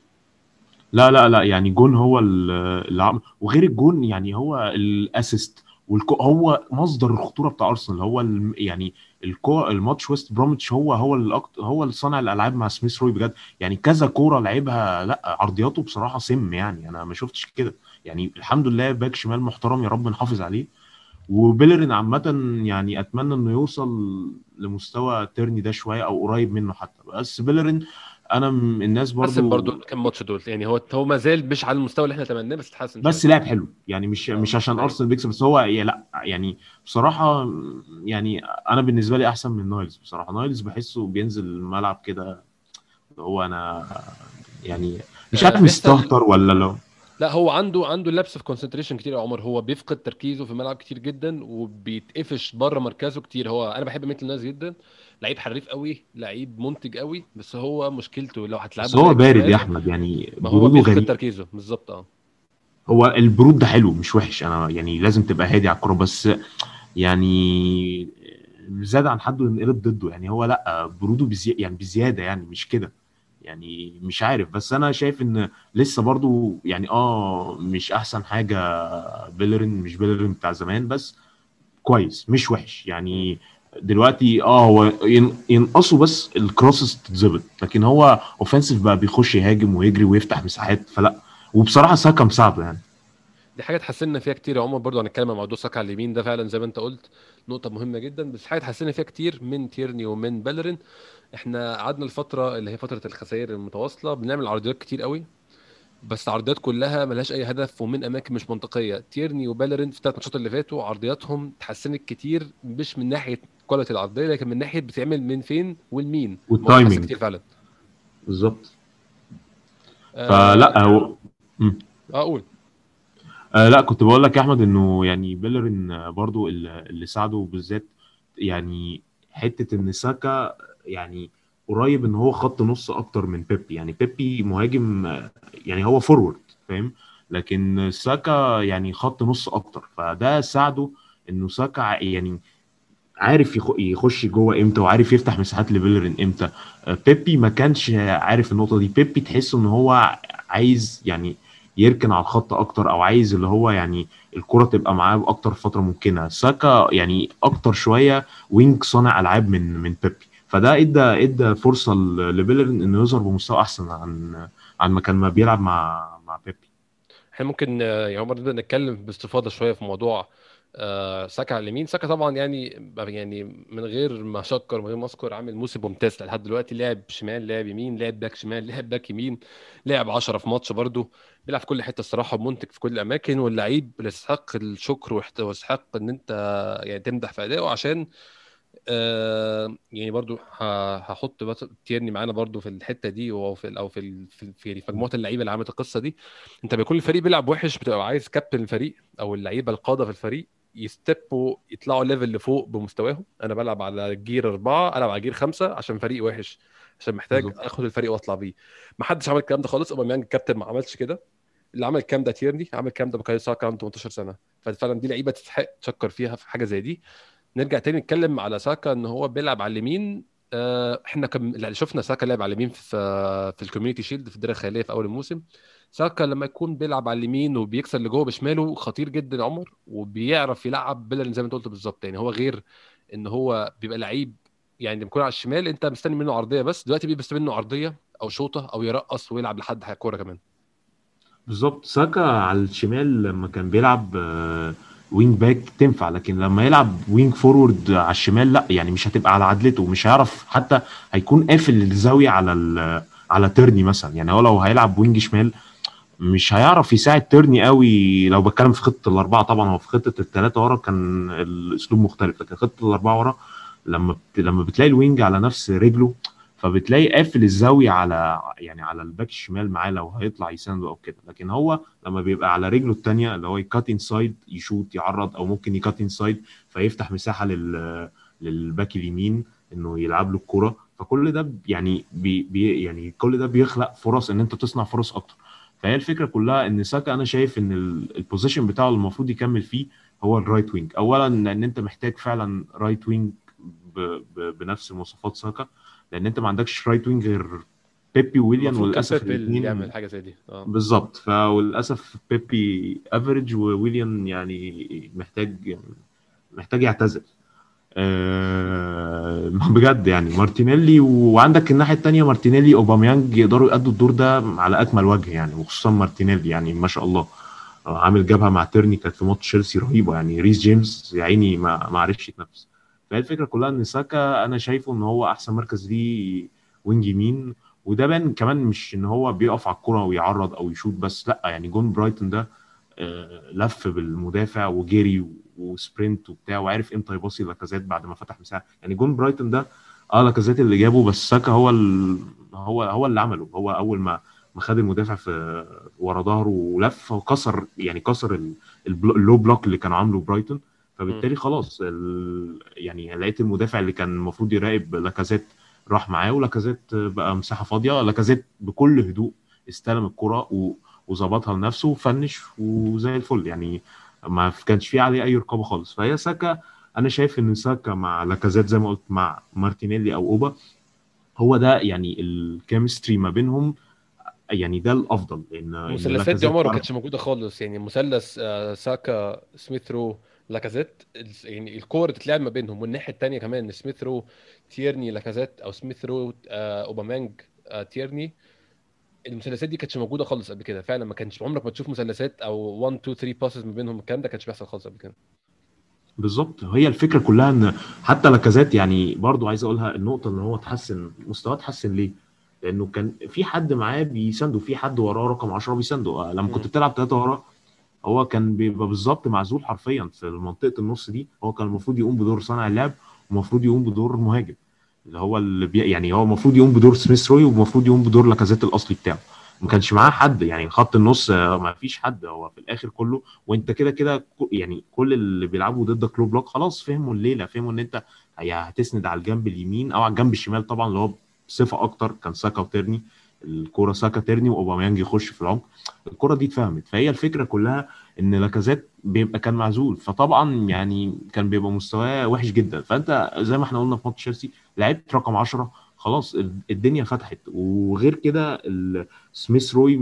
لا يعني جون هو اللي وغير الجون يعني هو الاسيست هو مصدر الخطوره بتاع ارسنال. هو يعني الماتش ويست بروميتش هو هو اللي صانع الالعاب مع سميث روي بجد يعني. كذا كوره لعبها لا عرضياته بصراحه سم يعني انا ما شفتش كده يعني. الحمد لله باك شمال محترم، يا رب نحافظ عليه. وبيلرين عامه يعني اتمنى انه يوصل لمستوى تيرني ده شويه او قريب منه حتى. بس بيلرين انا الناس حسن برضو. برضو كام ماتش دول يعني، هو ما زال مش على المستوى اللي احنا تمناه، بس اتحسن بس شويه. لعب حلو يعني مش اه عشان ده حقيقي. ارسنال بيكسب، بس هو لا يعني بصراحه يعني انا بالنسبه لي احسن من نايلز. بصراحه نايلز بحسه بينزل الملعب كده هو انا يعني مش عارف بيحصل. مستهتر ولا لو. لا هو عنده لابس في كونسنتريشن كتير يا عمر، هو بيفقد تركيزه في الملعب كتير جدا وبيتقفش بره مركزه كتير. هو انا بحب ميتل ناس جدا، لعيب حريف قوي، لعيب منتج قوي، بس هو مشكلته لو بس هتلعبه هو باك بارد يا شمال احمد يعني ما هو بروده بيفقد غريب. تركيزه بالظبط اه. هو البرود ده حلو مش وحش، انا يعني لازم تبقى هادي على الكوره، بس يعني زاد عن حده ينقلب ضده يعني. هو لا بروده يعني بزياده يعني مش كده يعني. مش عارف، بس انا شايف ان لسه برضو يعني مش احسن حاجه. بيلرين مش بيلرين بتاع زمان، بس كويس مش وحش مم. يعني. دلوقتي هو ينقصه بس الكروسز تتظبط، لكن هو اوفensive بقى بيخش يهاجم ويجري ويفتح مساحات فلا. وبصراحه ساكا مساعده يعني. دي حاجه اتحسنا فيها كتير يا عمر، برضو هنتكلم عن موضوع ساكا على اليمين ده فعلا زي ما انت قلت، نقطه مهمه جدا، بس حاجه اتحسنا فيها كتير من تيرني ومن بيلرين. احنا قعدنا الفتره اللي هي فتره الخسائر المتواصله بنعمل عرضيات كتير قوي، بس عرضيات كلها ملهاش اي هدف ومن اماكن مش منطقيه. تيرني وبالرين في الثلاث ماتشات اللي فاتوا عرضياتهم اتحسنت كتير، مش من ناحيه كواليتي العرضيه لكن من ناحيه بتعمل من فين والمين. الموضوع اتحسن والتايمنج كتير فعلا. بالظبط. آه فلا هو مم. اقول لا كنت بقول لك يا احمد انه يعني بيلرين برضو اللي ساعده بالذات يعني حته ان ساكا يعني قريب ان هو خط نص اكتر من بيبي. يعني بيبي مهاجم يعني هو فورورد فاهم، لكن ساكا يعني خط نص اكتر. فده ساعده انه ساكا يعني عارف يخش جوه امتى وعارف يفتح مساحات لبيلرين امتى. بيبي ما كانش عارف النقطه دي. بيبي تحس ان هو عايز يعني يركن على الخط اكتر، او عايز اللي هو يعني الكره تبقى معاه باكتر فتره ممكنه. ساكا يعني اكتر شويه وينج صانع العاب من بيبي. فده ادى فرصه لبيلرين انه يظهر بمستوى احسن عن ما كان ما بيلعب مع بيبي. احنا ممكن يا عمر نبدا نتكلم باستفاضه شويه في موضوع ساكا على اليمين. ساكا طبعا يعني من غير ما اشكر من غير ما اذكر عامل موسم ممتاز لحد دلوقتي، لعب شمال لعب يمين لعب باك شمال لعب باك يمين، لعب 10 في ماتش برضه، بيلعب في كل حته الصراحه، منتج في كل الاماكن، واللعيب اللي يستحق الشكر ويستحق ان انت يعني تمدح في ادائه عشان يعني برضو هحط بس تيرني معانا برضو في الحته دي، او في مجموعه اللعيبه اللي عملت القصه دي. انت بيكون الفريق بيلعب وحش، بتبقى عايز كابتن الفريق او اللعيبه القاده في الفريق يستبوا يطلعوا ليفل لفوق بمستواهم. انا بلعب على جير 4، العب على جير 5 عشان فريق وحش، عشان محتاج بالظبط. اخد الفريق واطلع بيه. ما حدش عمل الكلام ده خالص. اوباميانج الكابتن ما عملش كده. اللي عمل الكلام ده تيرني، عمل الكلام ده بكايو ساكا عنده 18 سنه. ففعلا دي لعيبه تستحق تشكر فيها في حاجه زي دي. نرجع تاني نتكلم على ساكا ان هو بيلعب على اليمين. احنا اللي شفنا ساكا لعب على اليمين في الكوميونتي شيلد في الدرجه الخياليه في اول الموسم. ساكا لما يكون بيلعب على اليمين وبيكسر لجوه بشماله خطير جدا يا عمر، وبيعرف يلعب بيلرين زي ما انت قلت بالظبط. يعني هو غير ان هو بيبقى لعيب. يعني لما يكون على الشمال انت مستني منه عرضيه بس، دلوقتي بيبقى مستني منه عرضيه او شوطه او يرقص ويلعب لحد كوره كمان. بالظبط، ساكا على الشمال لما كان بيلعب وينج باك تنفع، لكن لما يلعب وينج فورورد على الشمال لا، يعني مش هتبقى على عدلته، مش هيعرف حتى، هيكون قافل الزاويه على على تيرني مثلا. يعني هو لو هيلعب وينج شمال مش هيعرف يساعد تيرني قوي. لو بتكلم في خطه الاربعه، طبعا هو في خطه الثلاثه ورا كان الاسلوب مختلف، لكن خطه الاربعه ورا لما بتلاقي الوينج على نفس رجله، فبتلاقي قافل الزاويه على يعني على الباك الشمال معاه لو هيطلع يسانده او كده. لكن هو لما بيبقى على رجله الثانيه اللي هو يكات انسايد يشوت يعرض، او ممكن يكات انسايد فيفتح مساحه للباك اليمين انه يلعب له الكوره. فكل ده يعني يعني كل ده بيخلق فرص ان انت تصنع فرص اكتر. فهي الفكره كلها ان ساكا انا شايف ان البوزيشن بتاعه المفروض يكمل فيه هو الرايت وينج. اولا لان انت محتاج فعلا رايت وينج بنفس مواصفات ساكا، لان انت ما عندكش رايت وينج غير بيبي وويليان، المفروض كان وللاسف بيب اللي يعمل الاثنين. حاجه زي دي. اه. بالظبط، فللاسف بيبي افريج، وويليان يعني محتاج يعتزل. بجد يعني مارتينيلي، وعندك الناحيه الثانيه مارتينيلي اوباميانج يقدروا يأدوا الدور ده على اكمل وجه يعني، وخصوصا مارتينيلي يعني ما شاء الله. عامل جبهه مع تيرني كانت في ماتش تشيلسي رهيبه يعني. ريس جيمس يا عيني ما عرفش يتنفس. فهي الفكره كلها ان ساكا انا شايفه ان هو احسن مركز ليه وينج يمين. وده بان كمان مش ان هو بيقف على الكرة ويعرض او يشوط بس، لا يعني جون برايتون ده لف بالمدافع وجري وسبرنت وبتاع، وعارف امتى يباصي لاكازيت بعد ما فتح مساحه. يعني جون برايتون ده لاكازيت اللي جابه، بس ساكا هو اللي عمله. هو اول ما خد المدافع في ورا ظهره ولف وكسر، يعني كسر اللو بلوك اللي كان عامله برايتون. مم. فبالتالي خلاص يعني لقيت المدافع اللي كان المفروض يراقب لاكازيت راح معاه، ولاكازيت بقى مساحه فاضيه. لاكازيت بكل هدوء استلم الكرة وظبطها لنفسه وفنش وزي الفل يعني. ما كانش فيه عليه اي رقابه خالص. فهي ساكا، انا شايف ان ساكا مع لاكازيت زي ما قلت مع مارتينيلي او اوبا، هو ده يعني الكيمستري ما بينهم. يعني ده الافضل ان المثلثات دي لاكازيت عمر ما يعرف. كانتش موجوده خالص. يعني مثلث ساكا سميث رو لاكازيت، يعني الكور تتلعب ما بينهم، والناحيه الثانيه كمان سميث رو تيرني لاكازيت، او سميث رو اوبامانج تيرني. المثلثات دي كانتش موجوده خالص قبل كده. فعلا ما كانش عمرك ما تشوف مثلثات او 1 2 3 باسز ما بينهم. الكلام ده كانش بيحصل خالص قبل كده. بالظبط، هي الفكره كلها ان حتى لاكازيت يعني برضو عايز اقولها النقطه ان هو اتحسن مستواه. اتحسن ليه؟ لانه كان في حد معاه بيسانده، في حد وراه رقم 10 بيسانده. لما كنت مم. بتلعب ثلاثه ورا هو كان بيبقى بالظبط معزول حرفيا في منطقه النص دي. هو كان المفروض يقوم بدور صانع اللعب، ومفروض يقوم بدور مهاجم، اللي هو يعني هو المفروض يقوم بدور سميث روي، ومفروض يقوم بدور لاكازيت الاصلي بتاعه. ما كانش معاه اه. حد يعني خط النص، ما فيش حد. هو في الاخر كله، وانت كده كده يعني كل اللي بيلعبوا ضد كلو بلوك خلاص فهموا الليله، فهموا ان انت يا هتسند على الجنب اليمين او على الجنب الشمال، طبعا اللي هو بصفه اكتر كان ساكا وتيرني. الكوره ساكا تيرني واوباميانج يخش في العمق. الكوره دي اتفهمت. فهي الفكره كلها ان لاكازيت بيبقى كان معزول، فطبعا يعني كان بيبقى مستواه وحش جدا. فانت زي ما احنا قلنا في ماتش تشيلسي لعبت رقم 10 خلاص الدنيا فتحت. وغير كده سميث روي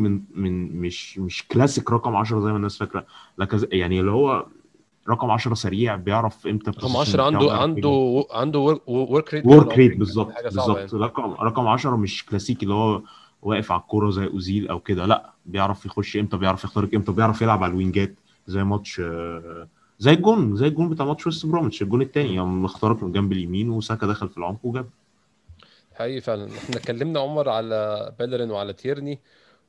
مش كلاسيك رقم 10 زي ما الناس فاكره. يعني اللي هو رقم 10 سريع، بيعرف امتى رقم البوزيشن 10 بتاعه عنده يعرف يجري. عنده ورك ريت جامد ورك عمر. ريت بالظبط حاجه صعبه يعني. بالظبط. رقم 10 مش كلاسيكي اللي هو واقف على الكوره زي اوزيل او كده، لا بيعرف يخش امتى، بيعرف يخترق امتى، بيعرف يلعب على الوينجات. زي ماتش زي الجون بتاع ماتش ويست بروميتش الجون الثاني مم. يوم اخترق من الجنب اليمين وساكا دخل في العمق وجاب. حقيقي فعلا. احنا اتكلمنا عمر على بيلرين وعلى تيرني،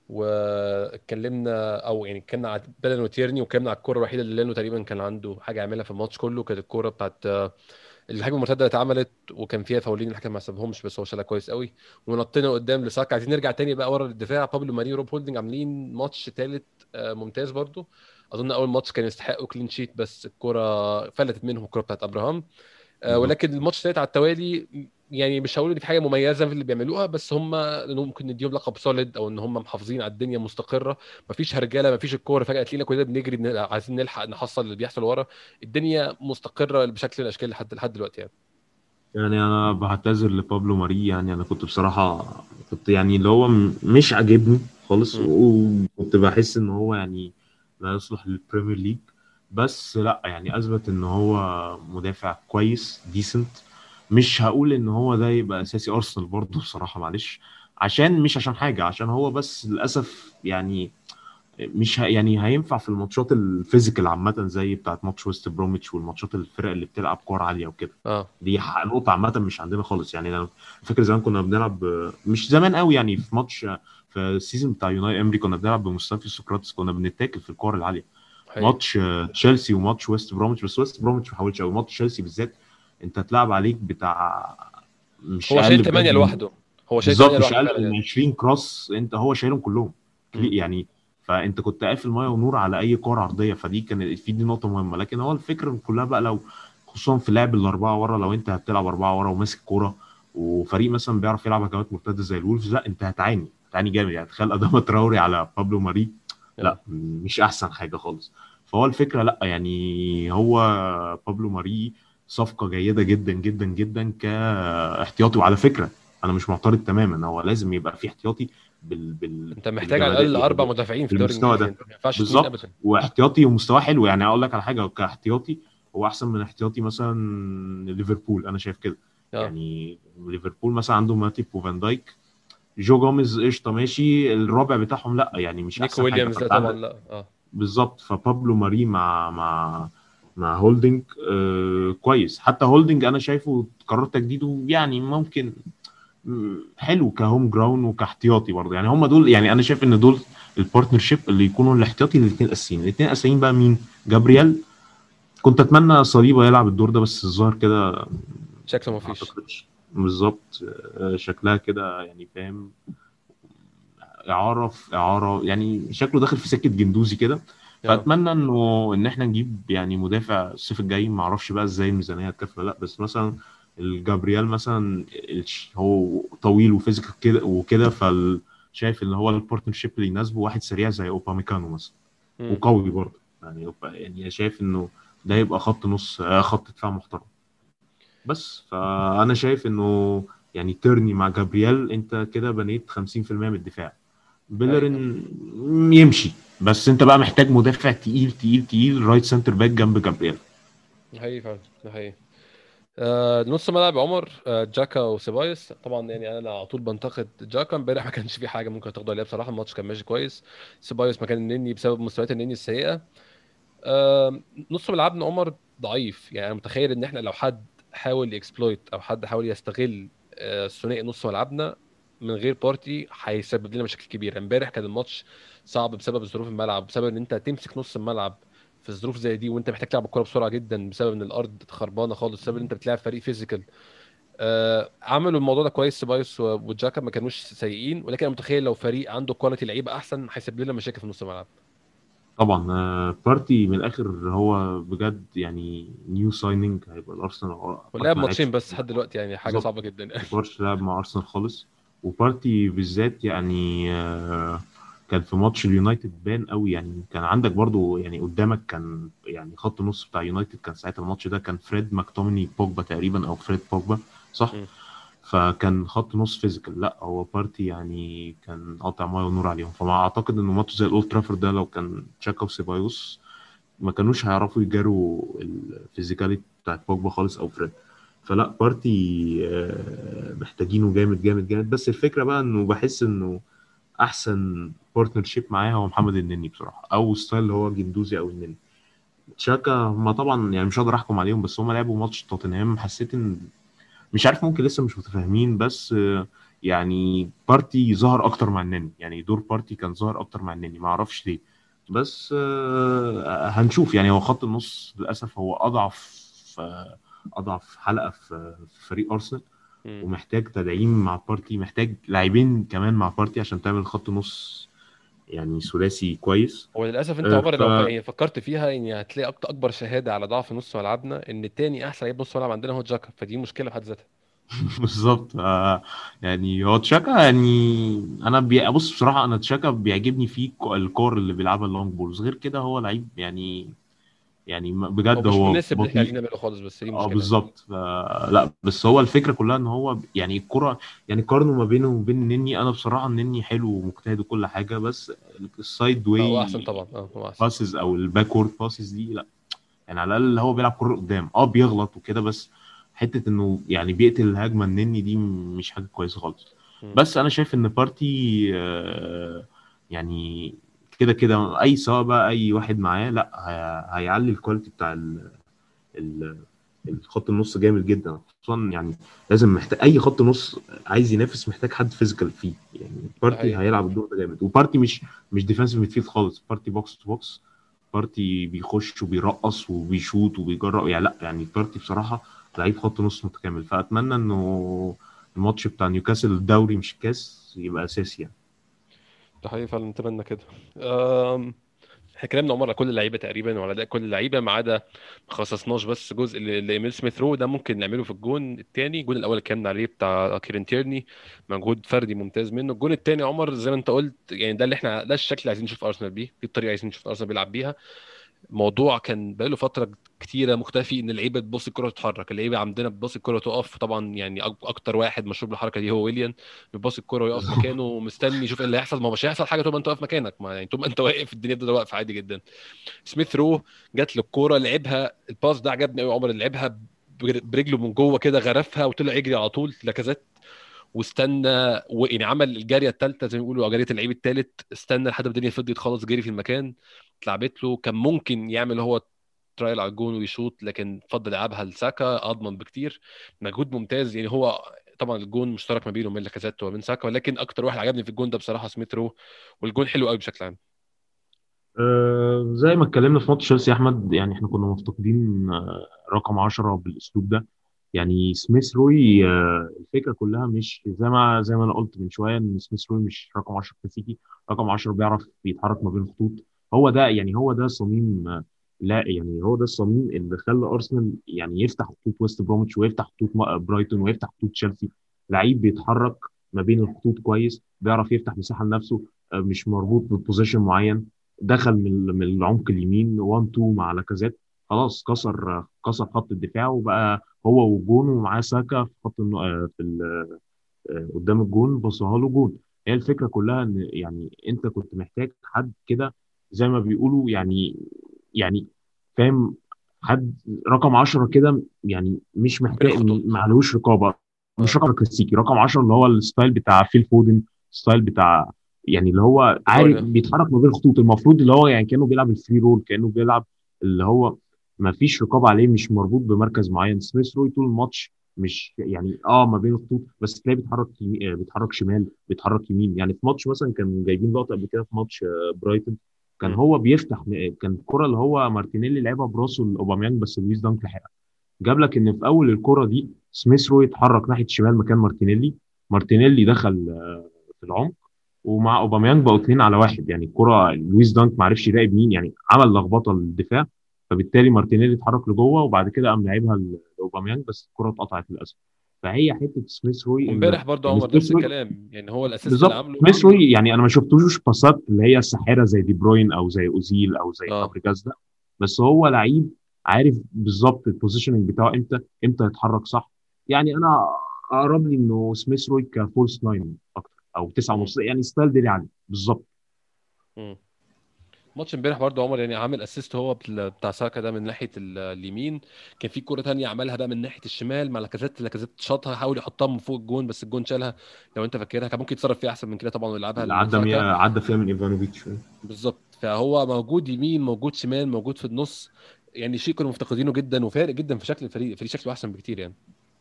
واتكلمنا او يعني اتكلمنا على بيلرين وتيرني، واتكلمنا على الكوره الوحيده اللي لينو تقريبا كان عنده حاجه يعملها في الماتش كله، كانت الكوره بتاعت الهجمه المرتده اللي اتعملت وكان فيها فاولين الحكم ما حسبهمش، بس هو شالها كويس قوي. ونطينا قدام لساكا، عايزين نرجع تاني بقى ورا للدفاع. بابلو ماري وروب هولدنج عاملين ماتش ثالث ممتاز برضو. اظن اول ماتش كان يستحقوا كلين شيت، بس الكره فلتت منهم، الكره بتاعت ابراهام. بالظبط. ولكن الماتش الثالث على التوالي، يعني مش هقول ان في حاجه مميزه في اللي بيعملوها، بس هم إنهم ممكن نديهم لقب سوليد، او ان هم محافظين على الدنيا مستقره. مفيش هرجله، مفيش الكوره فجاه تلاقينا كلنا بنجري عايزين نلحق نحصل اللي بيحصل ورا. الدنيا مستقره بشكل من الاشكال لحد دلوقتي يعني. يعني انا بعتذر لبابلو ماري، يعني انا كنت بصراحه كنت يعني اللي هو مش عاجبني خالص، مم. وكنت بحس ان هو يعني لا يصلح للبريمير ليج. بس لا يعني اثبت ان هو مدافع كويس ديسنت. مش هقول ان هو ده يبقى اساسي ارسنال برضه بصراحه، معلش. مش عشان حاجه، عشان هو بس للاسف يعني مش يعني هينفع في الماتشات الفيزيكال عامة زي بتاعت ماتش ويست بروميتش والماتشات الفرق اللي بتلعب كور عالية وكده. اه. دي نقطة عامة مش عندنا خالص. يعني أنا فاكر زمان كنا بنلعب، مش زمان قوي يعني، في ماتش في السيزون بتاع يوناي امري كنا بنلعب بمصطفى سقراطس، كنا بنتاكل في الكور العالية. حقيقي. ماتش تشيلسي وماتش ويست بروميتش، بس ويست بروميتش ما حاولش قوي، ماتش تشيلسي بالذات انت هتلعب عليك بتاع مش هو شايل اقل 8 بجد. لوحده. هو شايل 8 بالظبط مش لوحده اقل فعلا من يعني. 20 كروس، انت هو شايلهم كلهم مم. يعني. فانت كنت قافل ميه ونور على اي كوره عرضيه، فدي كانت في دي نقطه مهمه. لكن هو الفكره كلها بقى لو خصوصا في لعب الاربعه ورا، لو انت هتلعب اربعه ورا وماسك كوره وفريق مثلا بيعرف يلعب هجمات مرتده زي الولفز، لا انت هتعاني جامد يعني. تخيل اداما تراوري على بابلو ماري، لا اه. مش احسن حاجه خالص. فهو الفكره لا يعني هو بابلو ماري صفقه جيده جدا جدا جدا كاحتياطي. وعلى فكره انا مش معترض تماما، هو لازم يبقى في احتياطي انت محتاج على بالجمدان الاقل اربع يعني، مدافعين في الدوري بالمستوى الانجليزي، ده. انت ما ينفعش اثنين بالظبط، ابدا. واحتياطي ومستواه حلو. يعني اقول لك على حاجه كاحتياطي، هو احسن من احتياطي مثلا ليفربول، انا شايف كده. اه. يعني ليفربول مثلا عنده ماتيب وفان دايك، جو جوميز قشطه ماشي، الرابع بتاعهم لا يعني مش نيكو احسن حاجه. ويليامز ده فانت طبعا عندك لا. اه. بالظبط. فبابلو ماري مع هولدنج كويس. حتى هولدنج انا شايفه قرار تجديده يعني ممكن حلو كهوم جراون وكاحتياطي برضه. يعني هم دول، يعني انا شايف ان دول البارتنرشيب اللي يكونوا الاحتياطي للاثنين الاساسيين. الاثنين الاساسيين بقى مين؟ جابرييل. كنت اتمنى صليبه يلعب الدور ده، بس الظاهر كده شكله ما ما فيش. اعتقدش. بالظبط، شكلها كده يعني فاهم، اعاره في اعاره، يعني شكله داخل في سكه جندوزي كده. اه. فاتمنى ان احنا نجيب يعني مدافع الصيف الجاي. ما اعرفش بقى ازاي الميزانيه هتكفي ولا لا، بس مثلا الجابريال مثلا هو طويل وفيزيكال كده وكده، شايف ان هو البارتنرشيب اللي يناسبه واحد سريع زي اوباميكانو مثلا، امم. وقوي برضه. يعني يعني شايف انه ده يبقى خط نص، خط دفاع محترم. بس فانا شايف انه يعني تيرني مع جابرييل انت كده بنيت 50% من الدفاع. حقيقي. بيلرين يمشي، بس انت بقى محتاج مدافع تقيل تقيل تقيل رايت سنتر باك جنب جابرييل. ده حقيقي فعلا، ده حقيقي. نص ملعب عمر، جاكا وسيبايوس طبعا. يعني انا على طول بنتقد جاكا، امبارح ما كانش في حاجه ممكن تاخده عليه بصراحه، الماتش كان ماشي كويس. سيبايوس مكان النني بسبب مستويات النني السيئه. نص ملعبنا عمر ضعيف. يعني انا متخيل ان احنا لو حد حاول يكسبلويت او حد حاول يستغل ثنائي نص ملعبنا من غير بارتي، هيسبب لنا مشاكل كبيره. امبارح كان الماتش صعب بسبب ظروف الملعب، بسبب ان انت تمسك نص الملعب في الظروف زي دي، وانت محتاج تلعب الكوره بسرعه جدا بسبب ان الارض خربانه خالص، بسبب ان انت بتلعب فريق فيزيكال. عملوا الموضوع ده كويس. سيبايوس وجاكا ما كانوش سيئين، ولكن انا متخيل لو فريق عنده كواليتي لعيبه احسن هيسبب لنا مشاكل في نص الملعب. طبعا بارتي من الاخر هو بجد يعني نيو سايننج هيبقى الارسنال. ولعب بارتي ما لعبش ماتشين بس لحد دلوقتي، يعني حاجه بالظبط، صعبه جدا يعني. ما كبرش لعب مع ارسنال خالص. وبارتي بالذات يعني كان في ماتش اليونايتد بان قوي. يعني كان عندك برضو يعني قدامك كان يعني خط نص بتاع يونايتد كان ساعتها الماتش ده كان فريد ماكتوميني بوجبا تقريبا، او فريد بوجبا صح. مم. فكان خط نص فيزيكال. لا هو بارتي يعني كان قاطع ميه ونور عليهم. فما اعتقد انه ماتش زي الاولد ترافورد ده لو كان تشاكا وسيبايوس ما كانوش هيعرفوا يجاروا الفيزيكاليتي بتاعت بوجبا خالص او فريد. فلا بارتي محتاجينه جامد جامد جامد. بس الفكره بقى انه بحس انه احسن بارتنرشيب معاه هو محمد النني بصراحه، او ستايل اللي هو جندوزي او النني. تشاكا هم طبعا يعني مش هقدر احكم عليهم، بس هم لعبوا ماتش توتنهام حسيت ان مش عارف ممكن لسه مش متفاهمين. بس يعني بارتي ظهر اكتر مع النني، يعني دور بارتي كان ظهر اكتر مع النني، ما اعرفش ليه. بس هنشوف. يعني هو خط النص للاسف هو اضعف اضعف حلقه في فريق ارسنال، مم. ومحتاج تدعيم مع بارتي، محتاج لاعبين كمان مع بارتي عشان تعمل خط نص يعني ثلاثي كويس. هو للاسف انت عمر ف لو يعني فكرت فيها، يعني هتلاقي اكبر شهاده على ضعف نص ملعبنا ان التاني احسن لعيب نص ملعب عندنا هو جاكا، فدي مشكله في حد ذاتها. بالظبط. يعني هو تشاكا يعني انا ابص بصراحه، انا تشاكا بيعجبني فيه الكور اللي بيلعبها اللونج بولز، غير كده هو لعيب يعني، يعني هو بجد مش هو مناسب اللي احنا عايزين بطيء. نعمله خالص، بس دي اه مشكله يعني. بالظبط. لا بس هو الفكره كلها ان هو يعني الكره، يعني قارنه ما بينه وبين نني، انا بصراحه نني حلو ومجتهد وكل حاجه، بس السايد لا هو واي احسن طبعا، هو احسن. باسز او الباكورد باسز دي لا. يعني على الاقل هو بيلعب كره قدام، بيغلط وكده، بس حته انه يعني بيقتل الهجمه النني دي مش حاجه كويسه خالص. مم. بس انا شايف ان بارتي يعني كده كده اي سواء بقى اي واحد معاه، لا هيعلي الكواليتي بتاع ال- الخط النص جامد جدا، خصوصا يعني لازم محتاج اي خط نص عايز ينافس، محتاج حد فيزيكال فيه، يعني ده بارتي حقيقي. هيلعب الدور ده جامد. وبارتي مش ديفensive ميدفيلد خالص، بارتي بوكس تو بوكس، بارتي بيخش وبيرقص وبيشوط وبيجرب، يعني لا يعني بارتي بصراحة لعيب خط نص متكامل. فأتمنى إنه الماتش بتاع نيوكاسل الدوري مش كاس يبقى أساسي يعني. ده حقيقي فعلا، نتمنى كده. احنا اتكلمنا عمر على كل اللعيبه تقريبا وعلى اداء كل اللعيبه، ما عدا ما خصصناش بس جزء لايميل سميث رو، ده ممكن نعمله في الجون الثاني. الجون الاول اللي اتكلمنا عليه بتاع كيرن تيرني، مجهود فردي ممتاز منه. الجون الثاني عمر زي ما انت قلت، يعني ده اللي احنا، ده الشكل اللي عايزين نشوف ارسنال بيه، دي الطريقه اللي عايزين نشوف ارسنال بيلعب بيها. موضوع كان بقاله فتره كتيره مختفي، ان اللعيبه تبص الكره تتحرك. اللعيبه عندنا بتبص الكره تقف طبعا، يعني اكتر واحد مشهور بالحركه دي هو ويليان، بيبص الكره ويقف مكانه مستني يشوف ايه اللي هيحصل. ما هو مش هيحصل حاجه طول ما انت واقف مكانك، ما يعني طول ما انت واقف الدنيا بتبقى واقفه عادي جدا. سميث رو جات له الكوره لعبها، الباس ده عجبني قوي عمر، اللي لعبها برجله من جوه كده، غرفها وطلع يجري على طول لاكازيت، واستنى ويعني عمل الجاريه الثالثه زي ما بيقولوا، او جاريه اللعيب الثالث، استنى لحد ما الدنيا فضيت خالص، جري في المكان، اتلعبت له. كان ممكن يعمل هو ترايل على الجون ويشوط، لكن فضل يلعبها لساكا اضمن بكتير. مجهود ممتاز يعني. هو طبعا الجون مشترك ما بينه وبين لاكازيت وما بين ساكا، ولكن اكتر واحد عجبني في الجون ده بصراحه سميث رو، والجون حلو قوي بشكل عام. زي ما اتكلمنا في ماتش تشيلسي يا احمد، يعني احنا كنا مفتقدين رقم 10 بالاسلوب ده. يعني سميث روي الفكره كلها مش زي ما انا قلت من شويه، ان سميث روي مش رقم 10 كلاسيكي، رقم 10 بيعرف يتحرك ما بين الخطوط. هو ده يعني هو ده صميم لا يعني هو ده الصميم اللي خلى ارسنال يعني يفتح خطوط ويست بروميتش، ويفتح خطوط برايتون، ويفتح خطوط تشيلسي. لعيب بيتحرك ما بين الخطوط كويس، بيعرف يفتح مساحه لنفسه، مش مربوط ببوزيشن معين. دخل من العمق اليمين 1 2 مع لاكازيت، خلاص كسر خط الدفاع، وبقى هو وجون ومعاه ساكا في خط قدام الجون، بصها له جون. هي الفكره كلها ان يعني انت كنت محتاج حد كده زي ما بيقولوا يعني فاهم، حد رقم 10 كده، يعني مش بين محتاج، ما الخطوط. عليهوش رقابه. مش اه. رقم كلاسيكي، رقم 10 اللي هو الستايل بتاع فيل فودن، ستايل بتاع يعني اللي هو دي عارف بروين. بيتحرك ما بين الخطوط، المفروض اللي هو يعني كانه بيلعب الفري رول، كانه بيلعب اللي هو ما فيش رقابه عليه، مش مربوط بمركز معين. سميث روي طول الماتش مش يعني ما بين الخطوط، بس تلاقيه بيتحرك بيتحرك شمال، بيتحرك يمين. يعني في ماتش مثلا كان جايبين لقطه قبل كده في ماتش برايتون، كان مم. هو بيفتح، كان الكره اللي هو مارتينيلي لعبها براسه لاوباميانج، بس لويس دانك لحقها. جاب لك ان في اول الكره دي سميث روي اتحرك ناحيه الشمال مكان مارتينيلي، مارتينيلي دخل في العمق، ومع اوباميانج بقوا 2 على 1. يعني الكره لويس دانك ما عرفش يراقب مين، يعني عمل لخبطه للدفاع، فبالتالي مارتينيلي اتحرك لجوه، وبعد كده قام لعبها لاوباميانج، بس الكره اتقطعت للاسف. فهي حته سميث روي وامبارح ان برضه يعني عمر سميث نفس روي الكلام، يعني هو الاسيست اللي بالظبط، عامله سميث دي. روي يعني انا ما شفتوش باسات اللي هي الساحره زي دي بروين او زي اوزيل او زي اه. فابريجاز ده، بس هو لعيب عارف بالظبط البوزيشننج بتاعه امتى، امتى يتحرك صح. يعني انا اقرب لي انه سميث روي كفولس ناين اكتر، او تسعة مم. ونص، يعني ستايل ديلي علي بالظبط. مم. ماتش امبارح برضه عمر، يعني عامل اسيست هو بتاع ساكا ده من ناحيه اليمين. كان في كوره تانية عملها بقى من ناحيه الشمال مع لاكازيت، لاكازيت شاطها حاول يحطها من فوق الجون، بس الجون شالها. لو انت فاكرها كان ممكن يتصرف فيها احسن من كده طبعا، ويلعبها اللي عدى لساكا. عدى فيها من ايفانوفيتش. بالظبط، فهو موجود يمين، موجود شمال، موجود في النص. يعني شيء كنا مفتقدينه جدا، وفارق جدا في شكل الفريق شكله احسن بكتير يعني.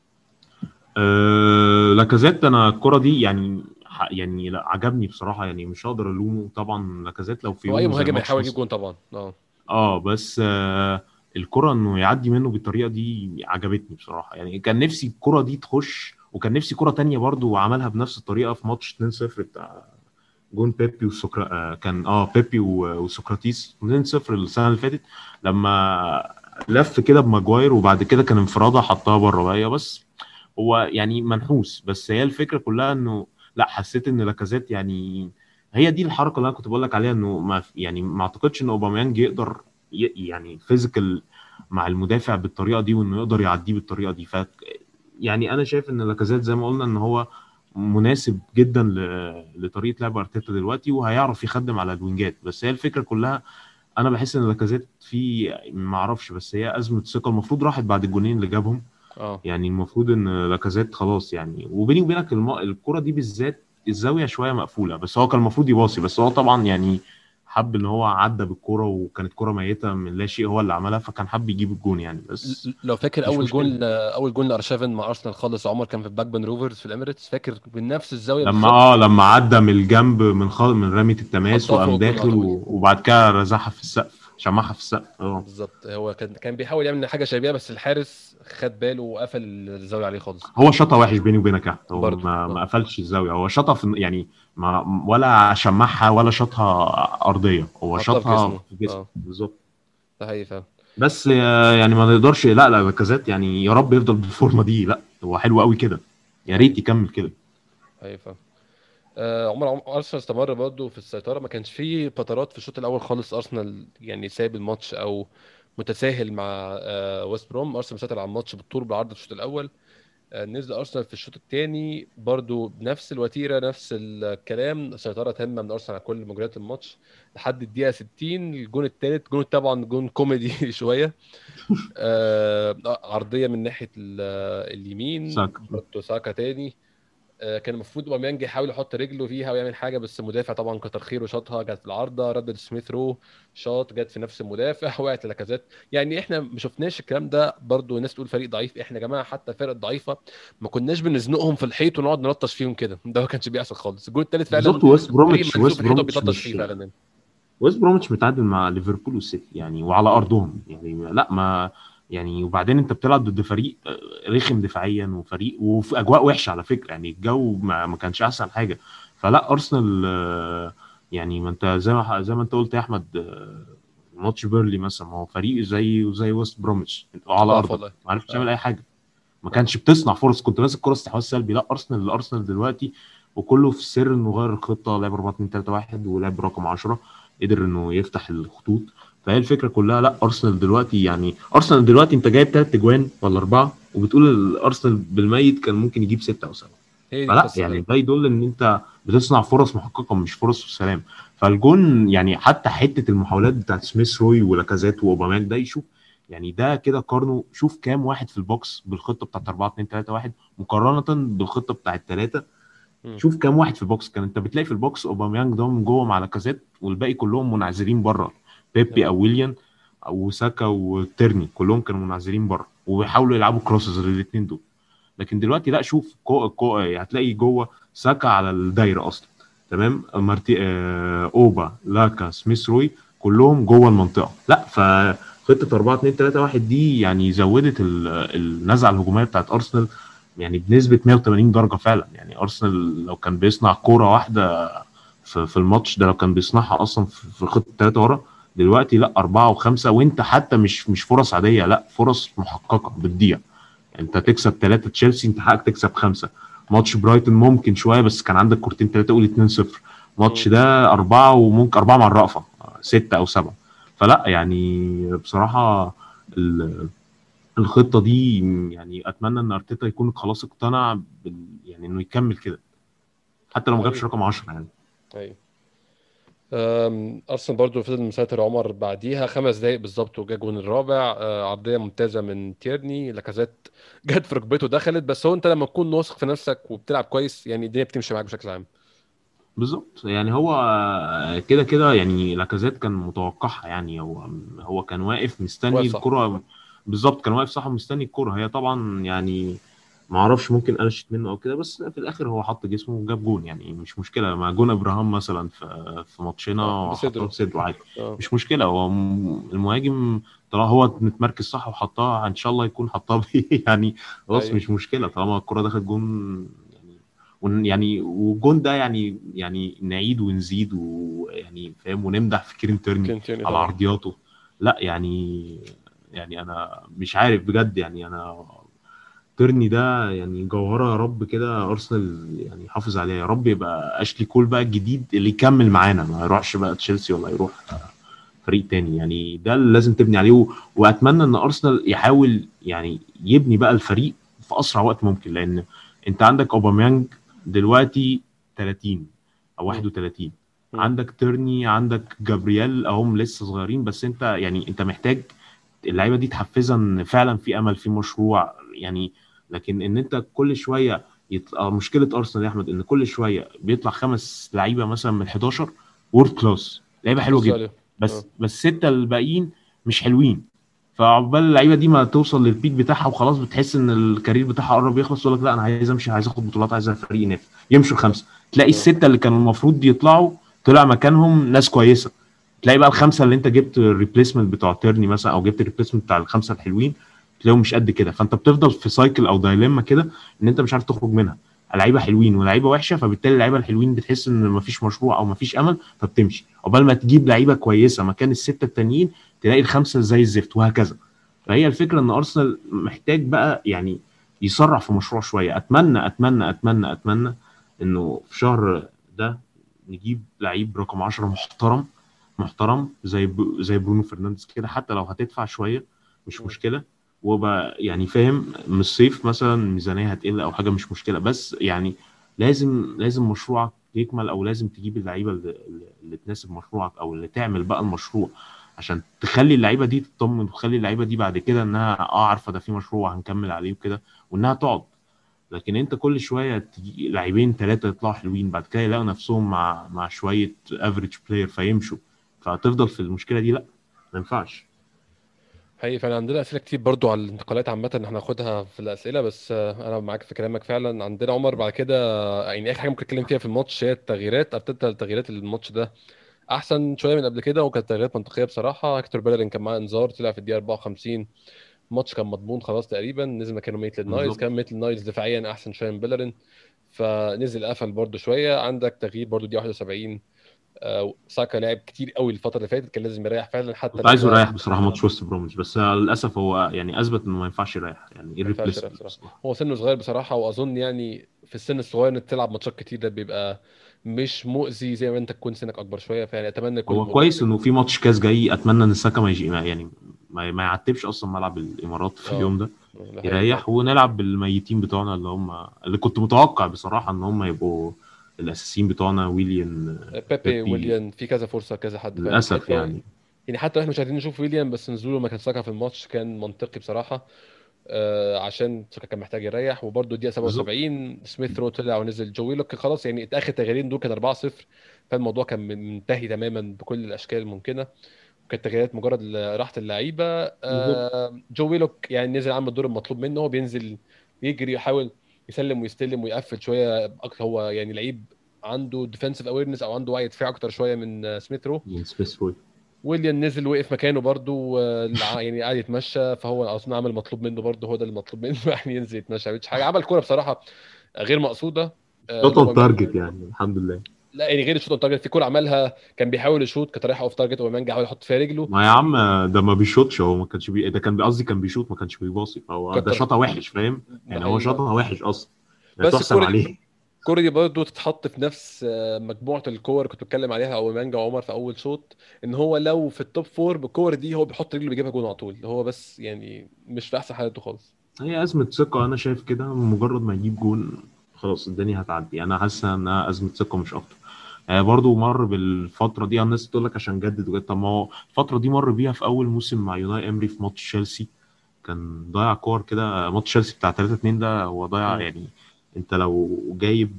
لاكازيت انا الكره دي يعني يعني لا عجبني بصراحه، يعني مش هقدر الومه طبعا. لاكازيت لو في هو اي يومه زي مهاجم ماتش هيحاول يجيب مثلا جون طبعا. اه. بس الكرة انه يعدي منه بالطريقة دي عجبتني بصراحة. يعني كان نفسي الكرة دي تخش، وكان نفسي كرة تانية برضو وعملها بنفس الطريقة في ماتش 2-0 بتاع جون بيبي كان بيبي وسقراطيس 2-0 السنة اللي فاتت، لما لف كده بماجواير وبعد كده كان انفرادة حطها بره بقى. بس هو يعني منحوس، بس هي الفكرة كلها انه لا، حسيت ان لاكازيت يعني هي دي الحركة اللي انا كنت بقول لك عليها، انه ما يعني ما اعتقدش ان اوباميانج يقدر يعني فيزيكال مع المدافع بالطريقة دي، وانه يقدر يعديه بالطريقة دي. يعني انا شايف ان لاكازيت زي ما قلنا ان هو مناسب جدا لطريقه لعب ارتيتا دلوقتي، وهيعرف يخدم على الوينجات. بس هي الفكره كلها، انا بحس ان لاكازيت في ما اعرفش، بس هي ازمه ثقه المفروض راحت بعد الجونين اللي جابهم. اه يعني المفروض ان لاكازيت خلاص يعني. وبيني وبينك الكره دي بالذات الزاويه شويه مقفوله، بس هو كان المفروض يباصي، بس هو طبعا يعني حب ان هو عدى بالكره وكانت كره ميته من لا شيء هو اللي عملها، فكان حب يجيب الجون يعني. بس لو فاكر مش مشكله. اول جول لارشافين مع ارسنال خالص، عمر كان في بلاك بان روفرز في الاميريتس، فاكر من نفس الزاويه لما بالظبط. لما عدى من الجنب من رمية التماس حطها فوق وقام الجون على داخل طول. وبعد كده رزعها في السقف، شمعها في السقف. بالظبط، هو كان بيحاول يعمل حاجه شبيهه، بس الحارس خد باله وقفل الزاويه عليه خالص. هو شاطها وحش بيني وبينك يا أحمد. هو برضه ما قفلش الزاوية، هو شاطها في يعني ما ولا شمعها ولا شاطها أرضية، هو حطها في شاطها جسمه. في جسمه اه بالظبط. ده حقيقي فعلا. بس يعني ما نقدرش، لا باكازات يعني يا رب يفضل بالفورمة دي، لا هو حلو قوي كده، يا ريت حقيقي يكمل كده. حقيقي فعلا. ارسنال استمر برضه في السيطره، ما كانش فيه فترات في الشوط الاول خالص ارسنال يعني سايب الماتش او متساهل مع ويست بروم. ارسنال مسيطر على الماتش بالطول بالعرض في الشوط الاول. نزل ارسنال في الشوط الثاني برضو بنفس الوتيره، نفس الكلام، سيطره تامه من ارسنال على كل مجريات الماتش لحد الدقيقه 60. الجون الثالث جون طبعا جون كوميدي شويه. عرضيه من ناحيه اليمين ساكا. برضو ساكا تاني. كان المفروض اوباميانج يحاول يحط رجله فيها ويعمل حاجه، بس المدافع طبعا كتر خيره شاطها، جت في العارضه، ردد سميث رو شاط جت في نفس المدافع وقعت للاكازيت. يعني احنا ما شفناش الكلام ده. برضو الناس تقول فريق ضعيف، احنا يا جماعه حتى الفرق الضعيفه ما كناش بنزنقهم في الحيط ونقعد نلطش فيهم كده، ده ما كانش بيحصل خالص. الجول الثالث فعلا بالظبط. ويست فريق بروميتش ملزوق في ويست الحيط بروميتش وبيلطش مش فيه فعلا يعني. ويست بروميتش متعادل مع ليفربول والسيتي يعني، وعلى ارضهم يعني. لا ما يعني، وبعدين انت بتلعب ضد فريق رخم دفاعيا، وفريق وفي اجواء وحشه على فكره يعني، الجو ما كانش احسن حاجه. فلا ارسنال يعني ما انت زي ما انت قلت يا احمد، ماتش بيرلي مثلا، ما هو فريق زي ويست بروميتش على ضعف ارضك والله. ما عرفتش تعمل اه اي حاجه، ما اه كانش بتصنع فرص، كنت ماسك كره استحواذ سلبي. لا ارسنال دلوقتي وكله في سر انه غير الخطه، لعب 4 2 3 1 ولعب رقم 10، قدر انه يفتح الخطوط. فهي الفكره كلها، لا ارسنال دلوقتي يعني، ارسنال دلوقتي انت جايب 3 اجوان ولا 4 وبتقول الارسنال بالميت كان ممكن يجيب 6 او 7. هي دي فلا القصه يعني فعلا. ده يدل ان انت بتصنع فرص محققه مش فرص في السلام. فالجون يعني حتى حته المحاولات بتاعت سميث روي ولاكازيت واوباميانج ده يشوف يعني، ده كده قارنه، شوف كام واحد في البوكس بالخطه بتاعت 4 2 3 1 مقارنه بالخطه بتاعت 3. مم. شوف كام واحد في البوكس، كان انت بتلاقي في البوكس اوباميانج ده من جوه مع لاكازيت والباقي كلهم منعزلين بره، بيبي اه او ويليان او ساكا وتيرني كلهم كانوا منعزلين بره وبيحاولوا يلعبوا كروسز الاثنين دول. لكن دلوقتي لا، شوف هتلاقي جوه ساكا على الدايره اصلا، تمام، مارتي اوبا لاكا سميث روي كلهم جوه المنطقه. لا فخطه 4 2 3 1 دي يعني زودت النزعه الهجوميه بتاعت ارسنال يعني بنسبه 180 درجه فعلا. يعني ارسنال لو كان بيصنع كوره واحده في الماتش ده، لو كان بيصنعها اصلا في خطه 3 ورا، دلوقتي لا 4 و5، وانت حتى مش فرص عاديه، لا فرص محققه بتضيع. انت تكسب 3 تشيلسي، انت حقك تكسب 5. ماتش برايتون ممكن شويه بس كان عندك كورتين 3 قول 2-0. ماتش مم. ده 4 وممكن 4 مع الرأفة 6 او 7. فلا يعني بصراحه الخطه دي يعني اتمنى ان ارتيتا يكون خلاص اقتنع يعني انه يكمل كده حتى لو ما جابش حقيقي رقم 10 يعني. ايوه. ارسنال برضو فضل مسيطر عمر بعديها 5 دقايق بالظبط وجا جون الرابع. عرضيه ممتازه من تيرني، لاكازيت جت في ركبته دخلت. بس هو انت لما تكون واثق في نفسك وبتلعب كويس يعني الدنيا بتمشي معاك بشكل عام. بالظبط. يعني هو كده كده يعني لاكازيت كان متوقعها يعني، هو كان واقف مستني واقف صح. الكرة. بالظبط كان واقف صح مستني الكرة. هي طبعا يعني ما اعرفش ممكن قلشت منه او كده، بس في الاخر هو حط جسمه وجاب جون، يعني مش مشكله. مع جون ابراهام مثلا في ماتشنا حطها بصدره. بصدره عادي. اه. مش مشكله، هو المهاجم طالما هو متمركز صح وحطها ان شاء الله يكون حطها يعني خلاص ايوه. مش مشكله طالما الكره دخلت جون. يعني يعني والجون ده يعني نعيد ونزيد ويعني فاهم، ونمدح في كريم تيرني كنتيني على طبعا. عرضياته. لا يعني انا مش عارف بجد، يعني انا تيرني ده يعني جوهرة، يا رب كده أرسنال يعني يحافظ عليها، يا رب يبقى أشلي كول بقى الجديد اللي يكمل معانا، ما يروحش بقى تشيلسي ولا يروح فريق تاني. يعني ده اللي لازم تبني عليه وأتمنى إن أرسنال يحاول يعني يبني بقى الفريق في أسرع وقت ممكن، لأن أنت عندك أوباميانج دلوقتي 30 أو مم. 31، مم. عندك تيرني، عندك جابرييل أهم لسه صغيرين، بس أنت يعني أنت محتاج اللعيبه دي تحفزها ان فعلا في امل في مشروع يعني. لكن ان انت كل شويه مشكله ارسنال يا احمد ان كل شويه بيطلع خمس لعيبه مثلا من 11 وورد كلاس، لعيبه حلوه بتبص جدا، عليه. اه. بس سته الباقيين مش حلوين. فعقبال اللعيبه دي ما توصل للبيك بتاعها وخلاص بتحس ان الكارير بتاعها قرب يخلص، يقول لك لا انا عايز امشي، عايز اخد بطولات، عايز الفريق ينافس. يمشوا اه. الخمسه، تلاقي اه. السته اللي كانوا المفروض يطلعوا طلع مكانهم ناس كويسه. تلاقي بقى الخمسه اللي انت جبت الريبليسمنت بتوع تيرني مثلا، او جبت الريبليسمنت بتاع الخمسه الحلوين، تلاقيهم مش قد كده. فانت بتفضل في سايكل او دايليما كده ان انت مش عارف تخرج منها، لعيبه حلوين ولاعيبه وحشه، فبالتالي اللعيبه الحلوين بتحس ان مفيش مشروع او مفيش امل فبتمشي، عقبال ما تجيب لعيبه كويسه مكان السته التانيين تلاقي الخمسه زي الزفت وهكذا. فهي الفكره ان ارسنال محتاج بقى يعني يسرع في مشروع شويه. اتمنى انه في شهر ده نجيب لعيب رقم 10 محترم، محترم زي برونو فرنانديز كده، حتى لو هتدفع شويه مش مم. مشكله. وبقى يعني فاهم من الصيف مثلا ميزانيه هتقل او حاجه مش مشكله، بس يعني لازم مشروعك يكمل، او لازم تجيب اللعيبه اللي تناسب مشروعك، او اللي تعمل بقى المشروع عشان تخلي اللعيبه دي تطمن، وتخلي اللعيبه دي بعد كده انها عارفه ده في مشروع هنكمل عليه وكده، وانها تقعد. لكن انت كل شويه تجي لاعبين ثلاثه يطلعوا حلوين بعد كده يلاقوا نفسهم مع شويه افريج بلاير فيمشوا، فتفضل في المشكله دي. لا ما ينفعش. حقيقي فعلا عندنا اسئله كتير برضو على الانتقالات عامه احنا هناخدها في الاسئله، بس انا معاك في كلامك فعلا. عندنا عمر بعد كده يعني اخر حاجه ممكن نتكلم فيها في الماتش هي التغييرات. ارتيتا التغييرات الماتش ده احسن شويه من قبل كده، وكانت تغييرات منطقيه بصراحه. هيكتور بيلرين كان معاه انذار طلع في الدقيقه 54، الماتش كان مضمون خلاص تقريبا. نزل مكانه ميتل نايلز، بالظبط. كان ميتل نايلز دفاعيا احسن شويه من بيلرين، فنزل قفل برضو شويه. عندك تغيير برضو دي 71، ساكا لعب كتير قوي الفتره اللي فاتت، كان لازم يريح فعلا حتى كنت لو عايزه ده. يريح بصراحه ماتش وست بروميتش، بس للاسف هو يعني اثبت انه ما ينفعش يريح، يعني ايه ما ينفعش يلعب الريبليسمنت بصراحه، بصراحه. هو سنه صغير بصراحه، واظن يعني في السن الصغير انك تلعب ماتشات كتير ده بيبقى مش مؤذي زي ما انت تكون سنك اكبر شويه، فيعني اتمنى يكون هو الموضوع كويس خير. انه في ماتش كاس جاي، اتمنى ان ساكا ما يجي يعني ما يعتبش اصلا ملعب الامارات في اه. اليوم ده، ده حقيقي فعلا. يريح ونلعب بالميتين بتوعنا اللي كنت متوقع بصراحه ان هم يبقوا الاساسيين بتوعنا، ويليان، بيبي بيبي. ويليان في كذا فرصه كذا حد فعلا للاسف حتى، يعني. يعني حتى احنا مش عايزين نشوف ويليام، بس نزوله ما كان ساكا في الماتش كان منطقي بصراحه. عشان ساكا كان محتاج يريح. وبرده الدقيقه بالظبط. 77 سميث رو طلع ونزل جو ويلوك، خلاص يعني اتاخر تغييرين دول كان 4-0، فالموضوع كان منتهي تماما بكل الاشكال الممكنه، وكانت تغييرات مجرد راحه اللعيبه. بالظبط. جو ويلوك يعني نزل عمل الدور المطلوب منه، هو بينزل يجري يحاول يسلم ويستلم ويقفل شويه اكتر، هو يعني لعيب عنده ديفensive اويرنس او عنده وعي دفاعي اكتر شويه من سميث رو. من سبيس روي. ويليام نزل وقف مكانه برضو، يعني قاعد يتمشى، فهو اظن عمل المطلوب منه برضو، هو ده المطلوب منه يعني ينزل يتمشى، ما عملش حاجه، عمل كوره بصراحه غير مقصوده. شوت اون لو تارجت يعني الحمد لله. لا يعني غير الشوط اون تارجت، في كوره عملها كان بيحاول يشوط كانت رايحه اوف تارجت، ومانجا حاول يحط فيها رجله. ما يا عم ده ما بيشوطش، هو ما كانش ده كان قصدي كان بيشوط ما كانش بيباصي، هو ده كتر شاطها وحش فاهم. ده يعني هو حقيقي. شاطها وحش اصلا، يعني بس تحسب الكوره دي، عليه. الكوره دي برضه تتحط في نفس مجموعه الكور كنت بتكلم عليها او مانجا وعمر في اول شوط، ان هو لو في التوب فور بالكور دي هو بيحط رجله بيجيبها جون على طول، هو بس يعني مش في احسن حالته خالص. هي أزمة ثقة، أنا شايف كده، مجرد ما يجيب جون خلاص الدنيا هتعدي. أنا حاسس إنها أزمة ثقة مش أكتر. برضو مر بالفترة دي، الناس تقول لك عشان جدد وكده، طب ما هو الفترة دي مر بيها في أول موسم مع يوناي إمري في ماتش تشيلسي، كان ضيع كور كده. ماتش تشيلسي بتاع 3-2 ده هو ضيع امم. يعني. أنت لو جايب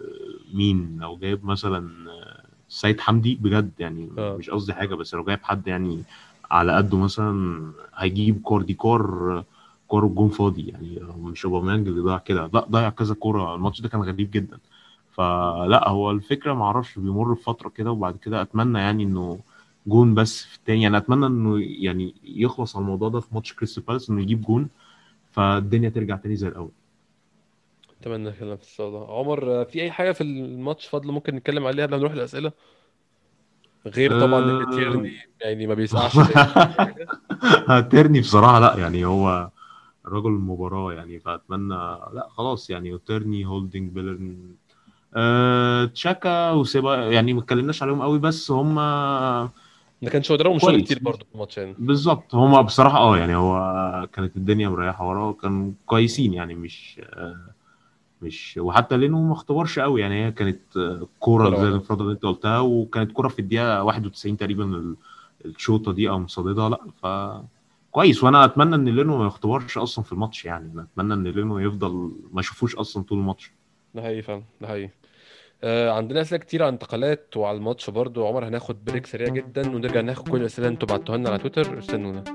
مين، لو جايب مثلا سيد حمدي بجد يعني، اه. مش قصدي حاجة، بس لو جايب حد يعني على قده مثلا هيجيب كور، دي كور كوره الجون فاضي يعني، مش اوباميانج اللي ضيع كده، لا ضيع كذا كوره. الماتش ده كان غريب جدا. فلا هو الفكره ما اعرفش، بيمر بفتره كده وبعد كده اتمنى يعني انه جون بس في التاني. يعني اتمنى انه يعني يخلص على الموضوع ده في ماتش كريستال بالاس، انه يجيب جون فالدنيا ترجع تاني زي الاول. اتمنى كده في الصالة. عمر، في اي حاجة في الماتش فاضلة ممكن نتكلم عليها قبل ما نروح الأسئلة؟ غير طبعا ان أه... تيرني يعني ما بيسقعش تاني في اي حاجة. هترني بصراحه، لا يعني هو رجل المباراة يعني، فأتمنى. لا خلاص يعني تيرني، هولدنج، بيلرن، تشاكا وسيبا يعني ما اتكلمناش عليهم قوي، بس هم ما كانش قدامهم شغل كتير كويس. برضه في الماتش يعني. بالظبط هم بصراحة يعني هو كانت الدنيا مريحة وراه، كانوا كويسين يعني، مش وحتى لينو ما اختبرش قوي يعني. هي كانت كورة كورة زي واحدة بس. الانفراد اللي انت قلتها، وكانت كورة في الدقيقة 91 تقريبا الشوطة دي او مصاددة. لا كويس. وانا اتمنى ان لينو ما يختبرش اصلا في الماتش يعني. انا اتمنى ان لينو يفضل ما اشوفوش اصلا طول الماتش. ده حقيقي فعلا، ده حقيقي. عندنا أسئلة كتير عن انتقالات وعلى الماتش برضه. عمر، هناخد بريك سريع جدا ونرجع ناخد كل الأسئلة اللي انتوا بعتوها لنا على تويتر. استنونا.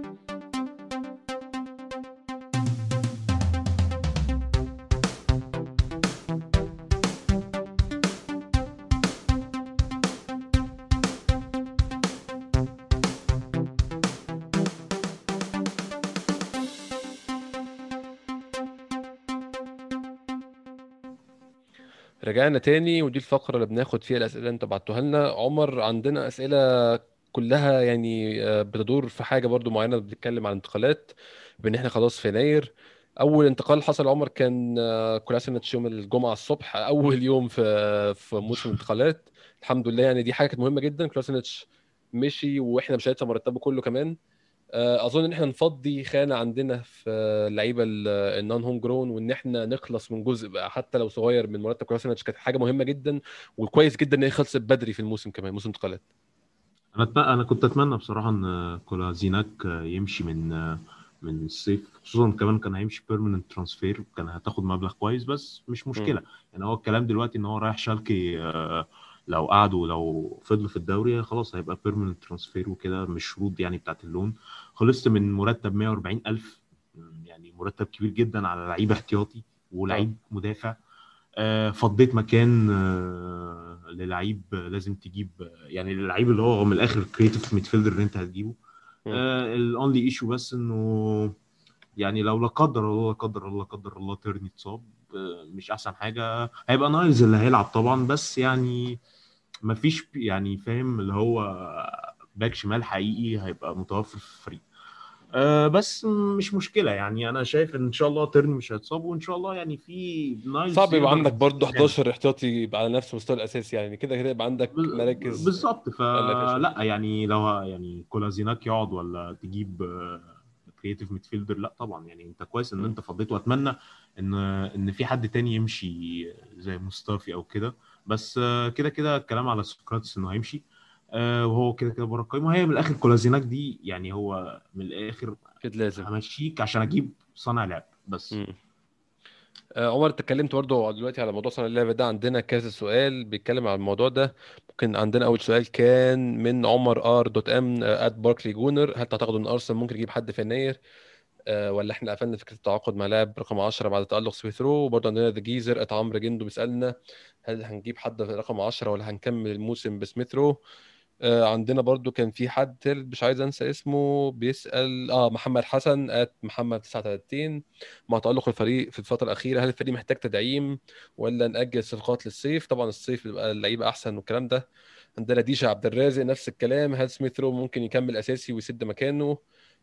رجعنا تاني، ودي الفقرة اللي بناخد فيها الأسئلة اللي انتوا بعتوها لنا. عمر، عندنا أسئلة كلها يعني بتدور في حاجة برضو معينة. بنتكلم عن انتقالات، بان احنا خلاص في يناير. اول انتقال حصل عمر كان كولاسينيتش يوم الجمعة الصبح، اول يوم في موسم الانتقالات. الحمد لله يعني، دي حاجة كانت مهمة جدا. كولاسينيتش مشي واحنا مش هندفع مرتبه كله كمان. اظن ان احنا نفضي خانه عندنا في اللعيبه النون هوم جرون، وان احنا نخلص من جزء بقى حتى لو صغير من مرتب كولاسينيتش. كانت حاجه مهمه جدا، وكويس جدا ان هي خلصت بدري في الموسم كمان، موسم انتقالات. انا كنت اتمنى بصراحه ان كولازيناك يمشي من الصيف، خصوصا كمان كان هيمشي بيرمننت ترانسفير، كان هتاخد مبلغ كويس، بس مش مم. مشكله يعني. هو الكلام دلوقتي ان هو رايح شالكي، لو قعدوا لو فضلوا في الدوري خلاص هيبقى بيرمننت ترانسفير وكده، مش شروط يعني بتاعت اللون. خلصت من مرتب 140 الف، يعني مرتب كبير جدا على لعيب احتياطي اه. ولعيب مدافع. فضيت مكان للعيب لازم تجيب، يعني اللعيب اللي هو من الاخر كريتيف ميدفيلدر اللي انت هتجيبه. مم. الاونلي ايشو بس انه يعني لو لا قدر الله لا قدر الله لا قدر الله تيرني اتصاب، مش احسن حاجه. هيبقى نايلز اللي هيلعب طبعا، بس يعني مفيش يعني فاهم اللي هو باك شمال حقيقي هيبقى متوفر في الفريق. بس مش مشكله يعني. انا شايف ان شاء الله تيرني مش هيتصاب، وان شاء الله يعني في نايلز صعب يبقى يقدر عندك برضه يساند. 11 احتياطي يبقى على نفس مستوى الاساسي يعني. كده كده يبقى عندك مراكز بالظبط. اقل فيها فلا شويه. يعني لو يعني كولازيناك يقعد ولا تجيب كرييتيف ميدفيلدر، لا طبعا يعني انت كويس ان مم. انت فضيت. واتمنى ان في حد تاني يمشي زي مصطفي او كده. بس كده كده الكلام على سقراطس انه هيمشي، وهو كده كده بره القايمه. هي من الاخر كولازيناك دي يعني هو من الاخر اكيد لازم. همشيك عشان اجيب صانع لعب بس. مم. عمر، انت اتكلمت برضه دلوقتي على موضوع صنع اللعبه ده. عندنا كذا سؤال بيتكلم على الموضوع ده. ممكن عندنا اول سؤال كان من عمر ار دوت ام ات باركلي جونر: هل تعتقدوا ان ارسنال ممكن يجيب حد في يناير، ولا احنا قفلنا فكره التعاقد مع لاعب رقم 10 بعد تالق سميث رو؟ وبرضه عندنا ذا جيزر ات عمرو جندو بيسالنا: هل هنجيب حد في رقم 10 ولا هنكمل الموسم بسميث رو؟ عندنا برضو كان في حد تالت مش عايز انسى اسمه بيسأل، محمد حسن محمد 39: مع تألق الفريق في الفترة الأخيرة، هل الفريق محتاج تدعيم ولا نأجل الصفقات للصيف؟ طبعا الصيف بيبقى اللعيبة أحسن والكلام ده. عندنا ديشا عبد الرازق نفس الكلام: هل سميث رو ممكن يكمل أساسي ويسد مكانه؟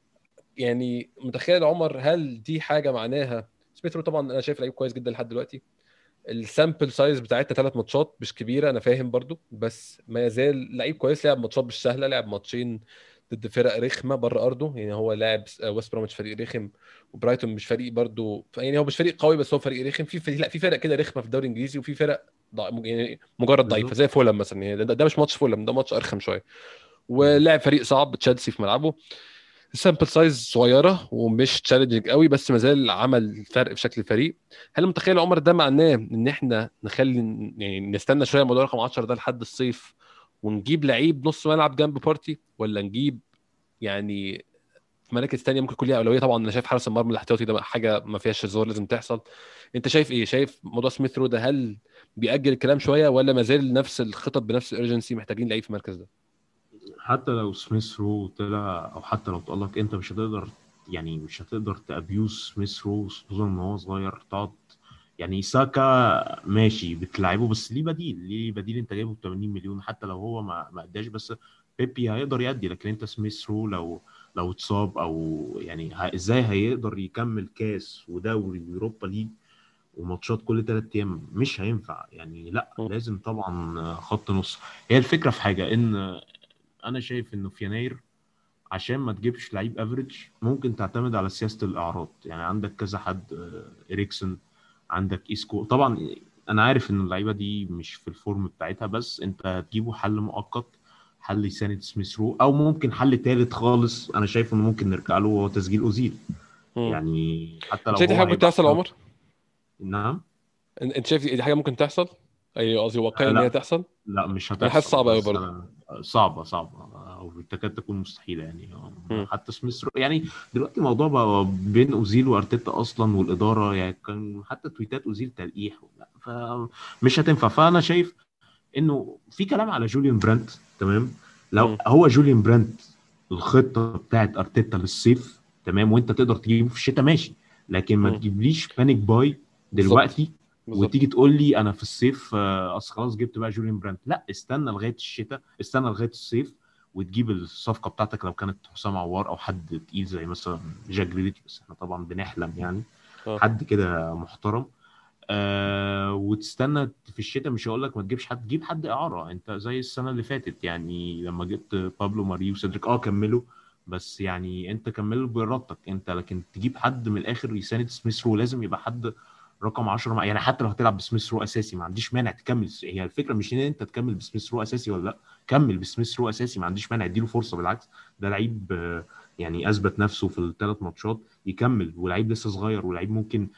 يعني متخيل عمر، هل دي حاجة معناها سميث رو؟ طبعا أنا شايف لعيب كويس جدا لحد دلوقتي. السامبل سايز بتاعتنا 3 ماتشات مش كبيره، انا فاهم برضو، بس ما يزال لعيب كويس. لعب ماتشات مش سهله، لعب ماتشين ضد فرق رخمه بره ارضه يعني. هو لاعب ويست بروميتش فريق رخم، وبرايتون مش فريق برضو يعني، هو مش فريق قوي بس هو فريق رخم. لا، في فرق كده رخمه في الدوري الانجليزي، وفي فرق يعني مجرد ضعيفه بالظبط. زي فولهام مثلا يعني. ده مش ماتش فولهام، ده ماتش ارخم شويه. ولعب فريق صعب تشيلسي في ملعبه. السامبل سايز صغيره ومش تشالنجينج قوي، بس ما زال عمل فرق في شكل الفريق. هل متخيل عمر ده معناه ان احنا نخلي يعني نستنى شويه موضوع رقم 10 ده لحد الصيف ونجيب لعيب نص ملعب جنب بارتي، ولا نجيب يعني في مراكز تانية ممكن يكون ليها اولويه. طبعا انا شايف حارس المرمى الاحتياطي ده حاجه ما فيهاش هزار، لازم تحصل. انت شايف ايه؟ شايف موضوع سميث رو ده هل بيأجل الكلام شويه، ولا ما زال نفس الخطط بنفس الارجنسي محتاجين لعيب في المركز ده؟ حتى لو سميث رو طلع، او حتى لو تألق، انت مش هتقدر، يعني مش هتقدر تابيوز سميث رو، خصوصا ان هو صغير تقعد. يعني ساكا ماشي بتلعبه، بس ليه بديل، ليه بديل انت جايبه ب 80 مليون، حتى لو هو ما اداش، بس بيبي هيقدر يأدي. لكن انت سميث رو لو اتصاب، او يعني ازاي هيقدر يكمل كاس ودوري ويوروبا ليج وماتشات كل 3 ايام؟ مش هينفع يعني. لا، مم. لازم طبعا خط نص. هي الفكره في حاجه، ان انا شايف انه في يناير عشان ما تجيبش لعيب افريج ممكن تعتمد على سياسه الاعراض. يعني عندك كذا حد، اريكسن، عندك ايسكو طبعا. انا عارف ان اللعيبه دي مش في الفورم بتاعتها، بس انت هتجيبه حل مؤقت، حل يساند سميث رو، او ممكن حل تالت خالص انا شايف انه ممكن نرجع له، وهو تسجيل اوزيل. مم. يعني حتى انت لو شايف دي هو حاجه ممكن هيبقى تحصل يا عمر؟ نعم. انت شايف دي حاجه ممكن تحصل؟ اي قصدي واقعي ان هي لا، تحصل؟ لا مش انا حاسس هتحصل، صعبه قوي بس برضه. انا صعبه او تكاد تكون مستحيله يعني. مم. حتى سميث يعني دلوقتي الموضوع بقى بين اوزيل وارتيتا اصلا والاداره، يعني كان حتى تويتات اوزيل تلقيح، لا فمش هتنفع. فانا شايف انه في كلام على جوليان براند، تمام. لو مم. هو جوليان براند الخطه بتاعت ارتيتا للصيف تمام، وانت تقدر تجيبه في الشتاء، ماشي. لكن ما مم. تجيبليش بانيك باي بالظبط. دلوقتي وتيجي بالظبط. تقول لي انا في الصيف اصل خلاص جبت بقى جوليان براند. لا، استنى لغايه الشتاء، استنى لغايه الصيف، وتجيب الصفقه بتاعتك لو كانت حسام عوار او حد تقيل زي مثلا جاك جريليتش، بس احنا طبعا بنحلم يعني اه. حد كده محترم. وتستنى في الشتاء. مش هقول لك ما تجيبش حد، تجيب حد اعاره، انت زي السنه اللي فاتت يعني لما جبت بابلو ماري وسيدريك، كملوا، بس يعني انت كملوا بارادتك انت. لكن تجيب حد من الاخر يساند سميث رو، لازم يبقى حد رقم 10 يعني حتى لو هتلعب بسميث رو اساسي ما عنديش مانع تكمل. هي الفكره مش ان انت تكمل بسميث رو اساسي ولا لا، كمل بسميث رو اساسي، ما عنديش مانع، اديله فرصه. بالعكس، ده لعيب يعني اثبت نفسه في ال3 ماتشات، يكمل. ولعيب لسه صغير، ولعيب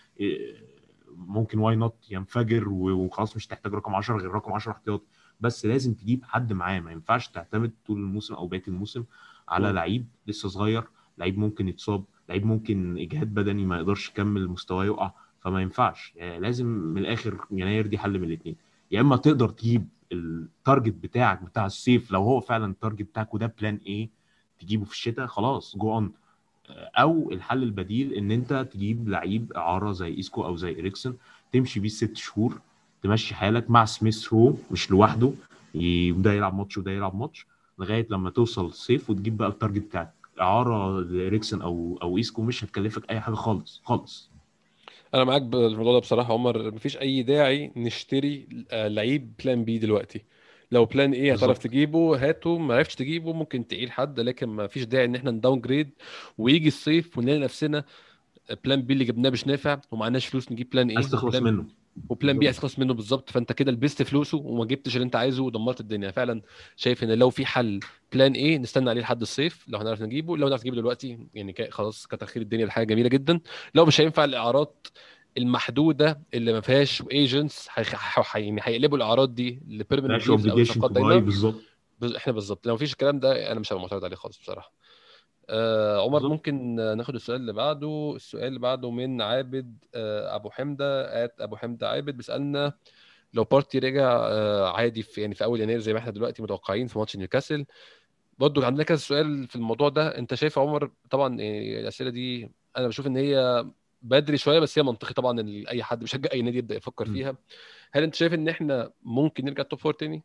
ممكن واي نوت ينفجر وخلاص، مش تحتاج رقم 10 غير رقم 10 احتياطي. بس لازم تجيب حد معاه، ما ينفعش تعتمد طول الموسم او بقيه الموسم على مم. لعيب لسه صغير. لعيب ممكن يتصاب، لعيب ممكن اجهاد بدني ما يقدرش يكمل، مستواه يقع. فما ينفعش يعني. لازم من الاخر يناير دي حل من الاثنين. يا اما تقدر تجيب التارجت بتاعك بتاع الصيف، لو هو فعلا التارجت بتاعك وده بلان ايه، تجيبه في الشتاء خلاص جو اون. او الحل البديل ان انت تجيب لعيب اعاره زي ايسكو او زي اريكسون، تمشي بيه 6 شهور، تمشي حالك مع سميث رو مش لوحده، وده يلعب ماتش وده يلعب ماتش لغايه لما توصل الصيف، وتجيب بقى التارجت بتاعك. اعاره لاريكسون او ايسكو مش هتكلفك اي حاجه خالص خالص. انا معاك بالموضوع ده بصراحه يا عمر. مفيش اي داعي نشتري لعيب بلان بي دلوقتي. لو بلان ايه هتعرف بالظبط. تجيبه هاته، ما عرفتش تجيبه ممكن تعيل حد، لكن ما فيش داعي ان احنا نداون جريد ويجي الصيف ونلاقي نفسنا بلان بي اللي جبناه مش نافع ومعناش فلوس نجيب بلان عايز ايه، تخلص منه. وبلان بي بالظبط. عايز تخلص منه بالظبط. فانت كده لبست فلوسه وما جبتش اللي انت عايزه ودمرت الدنيا فعلا. شايف ان لو في حل بلان ايه نستنى عليه لحد الصيف لو هنعرف نجيبه. لو نعرف نجيبه دلوقتي يعني خلاص كتر خير الدنيا، الحاجه جميله جدا. لو مش هينفع الاعارات المحدوده اللي ما فيهاش ايجنتس، يعني هيقلبوا الاعارات دي لبيرمننت مفيهاش ديلز او اوبليجيشن صفقات تو باي. دايمه. بالظبط. احنا بالظبط لو مفيش الكلام ده انا مش هبقى معترض عليه خالص بصراحه. عمر بالظبط. ممكن ناخد السؤال اللي بعده؟ السؤال اللي بعده من عابد ابو حمده ابو حمده عابد بيسالنا لو بارتي رجع عادي في يعني في اول يناير زي ما احنا دلوقتي متوقعين في ماتش نيوكاسل. برضو عندنا كذا سؤال في الموضوع ده. انت شايف يا عمر طبعا يعني الاسئله دي انا بشوف ان هي بدري شويه، بس هي منطقي طبعا ان اي حد بيشجع اي نادي يبدا يفكر فيها. هل انت شايف ان احنا ممكن نرجع توب فور تاني؟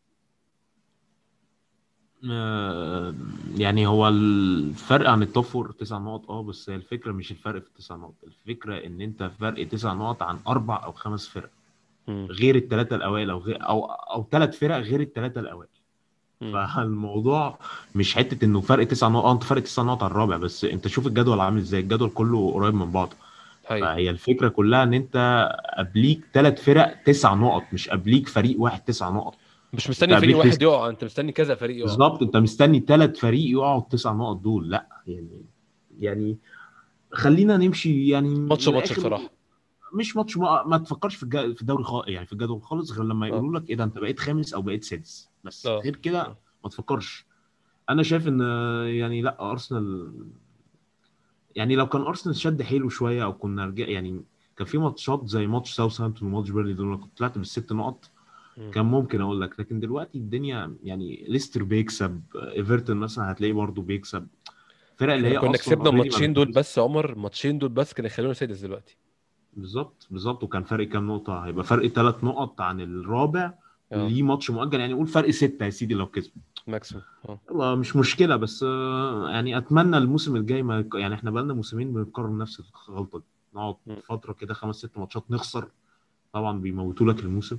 آه، يعني هو الفرق عن التوب فور 9 نقط، بس هي الفكره مش الفرق في ال9 نقط، الفكره ان انت فرق 9 نقط عن 4 او 5 فرق مم. غير الثلاثه الاوائل، او غير او 3 فرق غير الثلاثه الاوائل. مم. فالموضوع مش حته انه فرق 9 نقط، انت فرق 9 نقط على الرابع، بس انت شوف الجدول عامل ازاي، الجدول كله قريب من بعض. هاي. فهي الفكره كلها ان انت قبليك 3 فرق 9 نقط، مش قبليك فريق واحد 9 نقط. مش انت مستني فريق قابلت واحد يقع، انت مستني كذا فريق يقع. بالظبط، انت مستني 3 فريق يقعوا ال9 نقط دول. لا يعني خلينا نمشي يعني ماتش من وماتش الاخر. بصراحه. مش ماتش، ما تفكرش في الدوري يعني في الجدول خالص، غير لما اه. يقولوا لك ايه ده انت بقيت خامس او بقيت سادس، بس اه. غير كده اه. ما تفكرش. انا شايف ان يعني لا، ارسنال يعني لو كان ارسنال شد حيله شويه او كنا رجع يعني، كان في ماتشات زي ماتش ساوثهامبتون وماتش بيرلي دول، لو كنت طلعت بالست نقط مم. كان ممكن اقول لك. لكن دلوقتي الدنيا يعني ليستر بيكسب، ايفرتون مثلا هتلاقيه برضه بيكسب، فرق اللي احنا لو هي كنا اصلا كسبنا اوريدي ما الماتشين دول بتنافسش. بس يا عمر، الماتشين دول بس كانوا يخلونا سادس دلوقتي. بالظبط بالظبط، وكان فرق كام نقطه؟ هيبقى فرق 3 نقط عن الرابع، اه، وليه ماتش مؤجل، يعني قول فرق 6 يا سيدي لو كسب. ماكسيموم. اه. يلا مش مشكله، بس يعني اتمنى الموسم الجاي ما يعني احنا بقالنا موسمين بنكرر نفس الغلطه دي، نقعد مم. فتره كده 5 6 ماتشات نخسر، طبعا بيموتوا لك الموسم.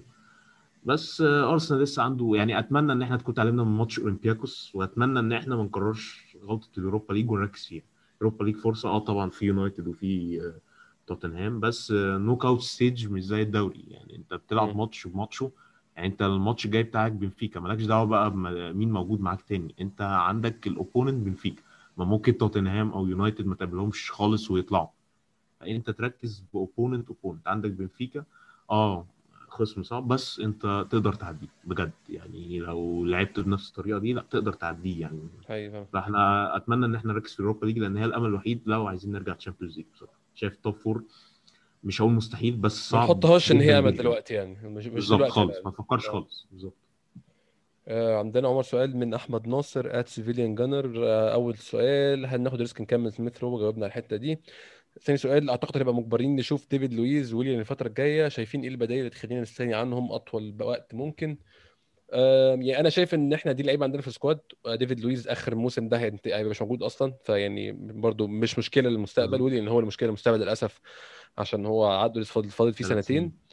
بس ارسنال لسه عنده، يعني اتمنى ان احنا تكون اتعلمنا من ماتش اولمبياكوس، واتمنى ان احنا ما نكررش غلطه اليوروبا ليج ونركز فيها. اليوروبا ليج فرصه، طبعا في يونايتد وفي توتنهام، بس نوك اوت ستيج مش زي الدوري، يعني انت بتلعب مم. ماتش بماتشه. يعني انت الماتش الجاي بتاعك بنفيكا، مالكش دعوه بقى مين موجود معاك تاني، انت عندك الاوبوننت بنفيكا. ما ممكن توتنهام او يونايتد ما تقابلهمش خالص ويطلعوا، انت تركز باوبوننت. اوبوننت عندك بنفيكا، اه خصم صعب، بس انت تقدر تعديه بجد، يعني لو لعبت بنفس الطريقه دي لا تقدر تعديه يعني. ايوه فاهم. فاحنا اتمنى ان احنا نركز في اليوروبا ليج، لان هي الامل الوحيد لو عايزين نرجع تشامبيونز ليج. بصراحه شايف توب فور، مش هقول مستحيل بس ما صعب نحطهاش ان جدا هي امل جدا. دلوقتي يعني، مش بالظبط دلوقتي على خالص، الاقل. ما تفكرش اه. خالص بالظبط. عندنا عمر سؤال من احمد ناصر @سيفيليان جانر. اول سؤال، هل ناخد ريسك نكمل سميث رو؟ جاوبنا على الحته دي. ثاني سؤال، اعتقد هنبقى مجبرين نشوف ديفيد لويز ويليان الفتره الجايه، شايفين ايه البدائل اللي تخلينا نستغني عنهم اطول وقت ممكن؟ يعني انا شايف ان احنا دي لعيبه عندنا في السكواد. ديفيد لويز اخر الموسم ده هيبقى مش موجود اصلا، فيعني برضو مش مشكله للمستقبل. بالظبط ويليان هو المشكله للمستقبل للاسف، عشان هو عقده لسه فاضل فيه 3 سنين. سنتين،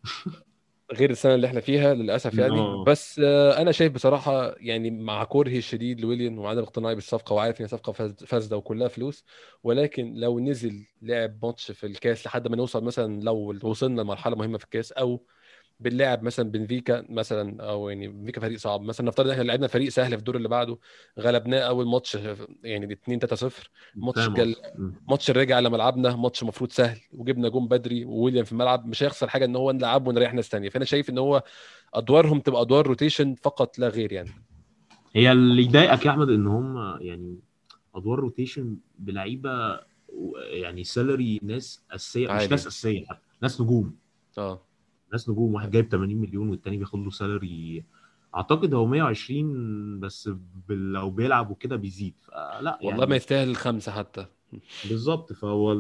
غير السنه اللي احنا فيها للاسف يعني. اه بس انا شايف بصراحه يعني، مع كرهي الشديد لويليان وعدم اقتناعي بالصفقه، وعارف ان هي صفقه فاسده وكلها فلوس، ولكن لو نزل لعب ماتش في الكاس لحد ما نوصل مثلا، لو وصلنا لمرحله مهمه في الكاس، او بنلعب مثلا بنفيكا مثلا، او يعني بنفيكا فريق صعب مثلا، نفترض ان احنا لعبنا فريق سهل في الدور اللي بعده، غلبناه اول ماتش يعني 2 3-0. ماتش فاهم جل، قصدي. ماتش الرجع على ملعبنا، ماتش المفروض سهل وجبنا جون بدري وويليام في الملعب، مش هيخسر حاجه ان هو نلعبه ونريح ناس ثانيه. فانا شايف ان هو ادوارهم تبقى ادوار روتيشن فقط لا غير يعني. هي اللي يضايقك يا احمد ان هم يعني ادوار روتيشن بلعيبه، يعني سالري ناس اساسيه، مش عالي. ناس اساسيه حتى، ناس نجوم. اه. ناس نجوم، واحد جايب 80 مليون والتاني بياخد له سالري اعتقد هو 120 بس، لو بيلعب وكده بيزيد، فلا والله ما يعني. يستاهل الخمسه حتى. بالظبط، فهو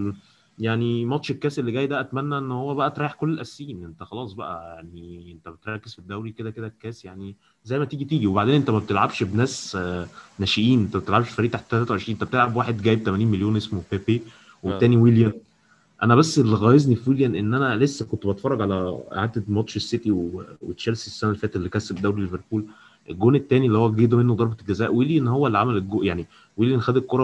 يعني ماتش الكاس اللي جاي ده اتمنى ان هو بقى تريح كل الاساسيين، انت خلاص بقى يعني انت بتركز في الدوري كده كده، الكاس يعني زي ما تيجي تيجي. وبعدين انت ما بتلعبش بناس ناشئين، انت ما بتلعبش فريق تحت 23، انت بتلعب واحد جايب 80 مليون اسمه بيبي، اه. والتاني ويليام. انا بس اللي غايظني في ويليان ان انا لسه كنت بتفرج على اعاده ماتش السيتي وتشيلسي السنه اللي فاتت اللي كسب دوري ليفربول. الجون الثاني اللي هو جه منه ضربه الجزاء، ويليان هو اللي عمل الجو يعني. ويليان خد الكره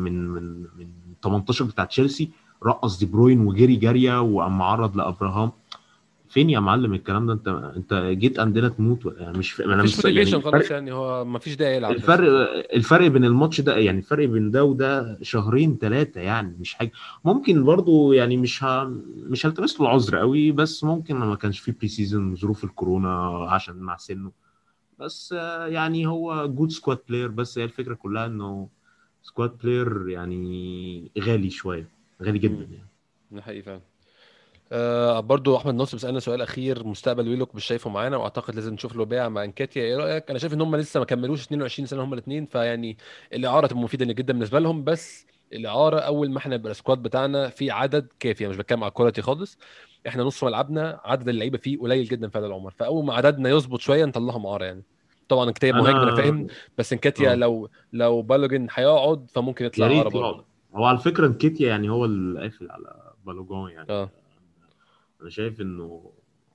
من 18 بتاع تشيلسي، رقص دي بروين وجري جاريه وقام معرض لابراهام. فين يا معلم الكلام ده؟ انت جيت عندنا تموت يعني مش ما انا فيش مش يعني موتيفيشن خلاص يعني، هو ما فيش داعي يلعب بس الفرق مش أكتر. الفرق بين الماتش ده، يعني الفرق بين ده وده شهرين 3 يعني مش حاجه. ممكن برضو يعني مش هلتمس له العذر قوي، بس ممكن ما كانش فيه بري سيزون، ظروف الكورونا عشان مع سنه. بس يعني هو جود سكواد بلاير، بس هي الفكره كلها انه سكواد بلاير يعني غالي شويه، غالي جدا امم. يعني. ده حقيقي فعلا. برضو احمد ناصر بيسالنا سؤال اخير، مستقبل ويلوك مش شايفه معانا، واعتقد لازم نشوف له بيع مع انكاتيا، ايه رايك؟ انا شايف ان هم لسه ما كملوش 22 سنه هم الاثنين، فيعني الاعاره تبقى مفيده جدا بالنسبه لهم، بس الاعاره اول ما احنا يبقى السكواد بتاعنا في عدد كافي، أنا مش بتكلم على الكواليتي خالص. احنا نص ملعبنا عدد اللعيبه فيه قليل جدا فعلا العمر، فاول ما عددنا يظبط شويه نطلعهم اعاره يعني. طبعا انكاتيا مهاجم انا انا فاهم، بس انكاتيا اه لو بالوجن هيقعد فممكن يطلع يا اعاره ريت برضه. يقعد. هو على فكره نكيتيا يعني هو اللي قافل على بالوجان يعني. اه. انا شايف انه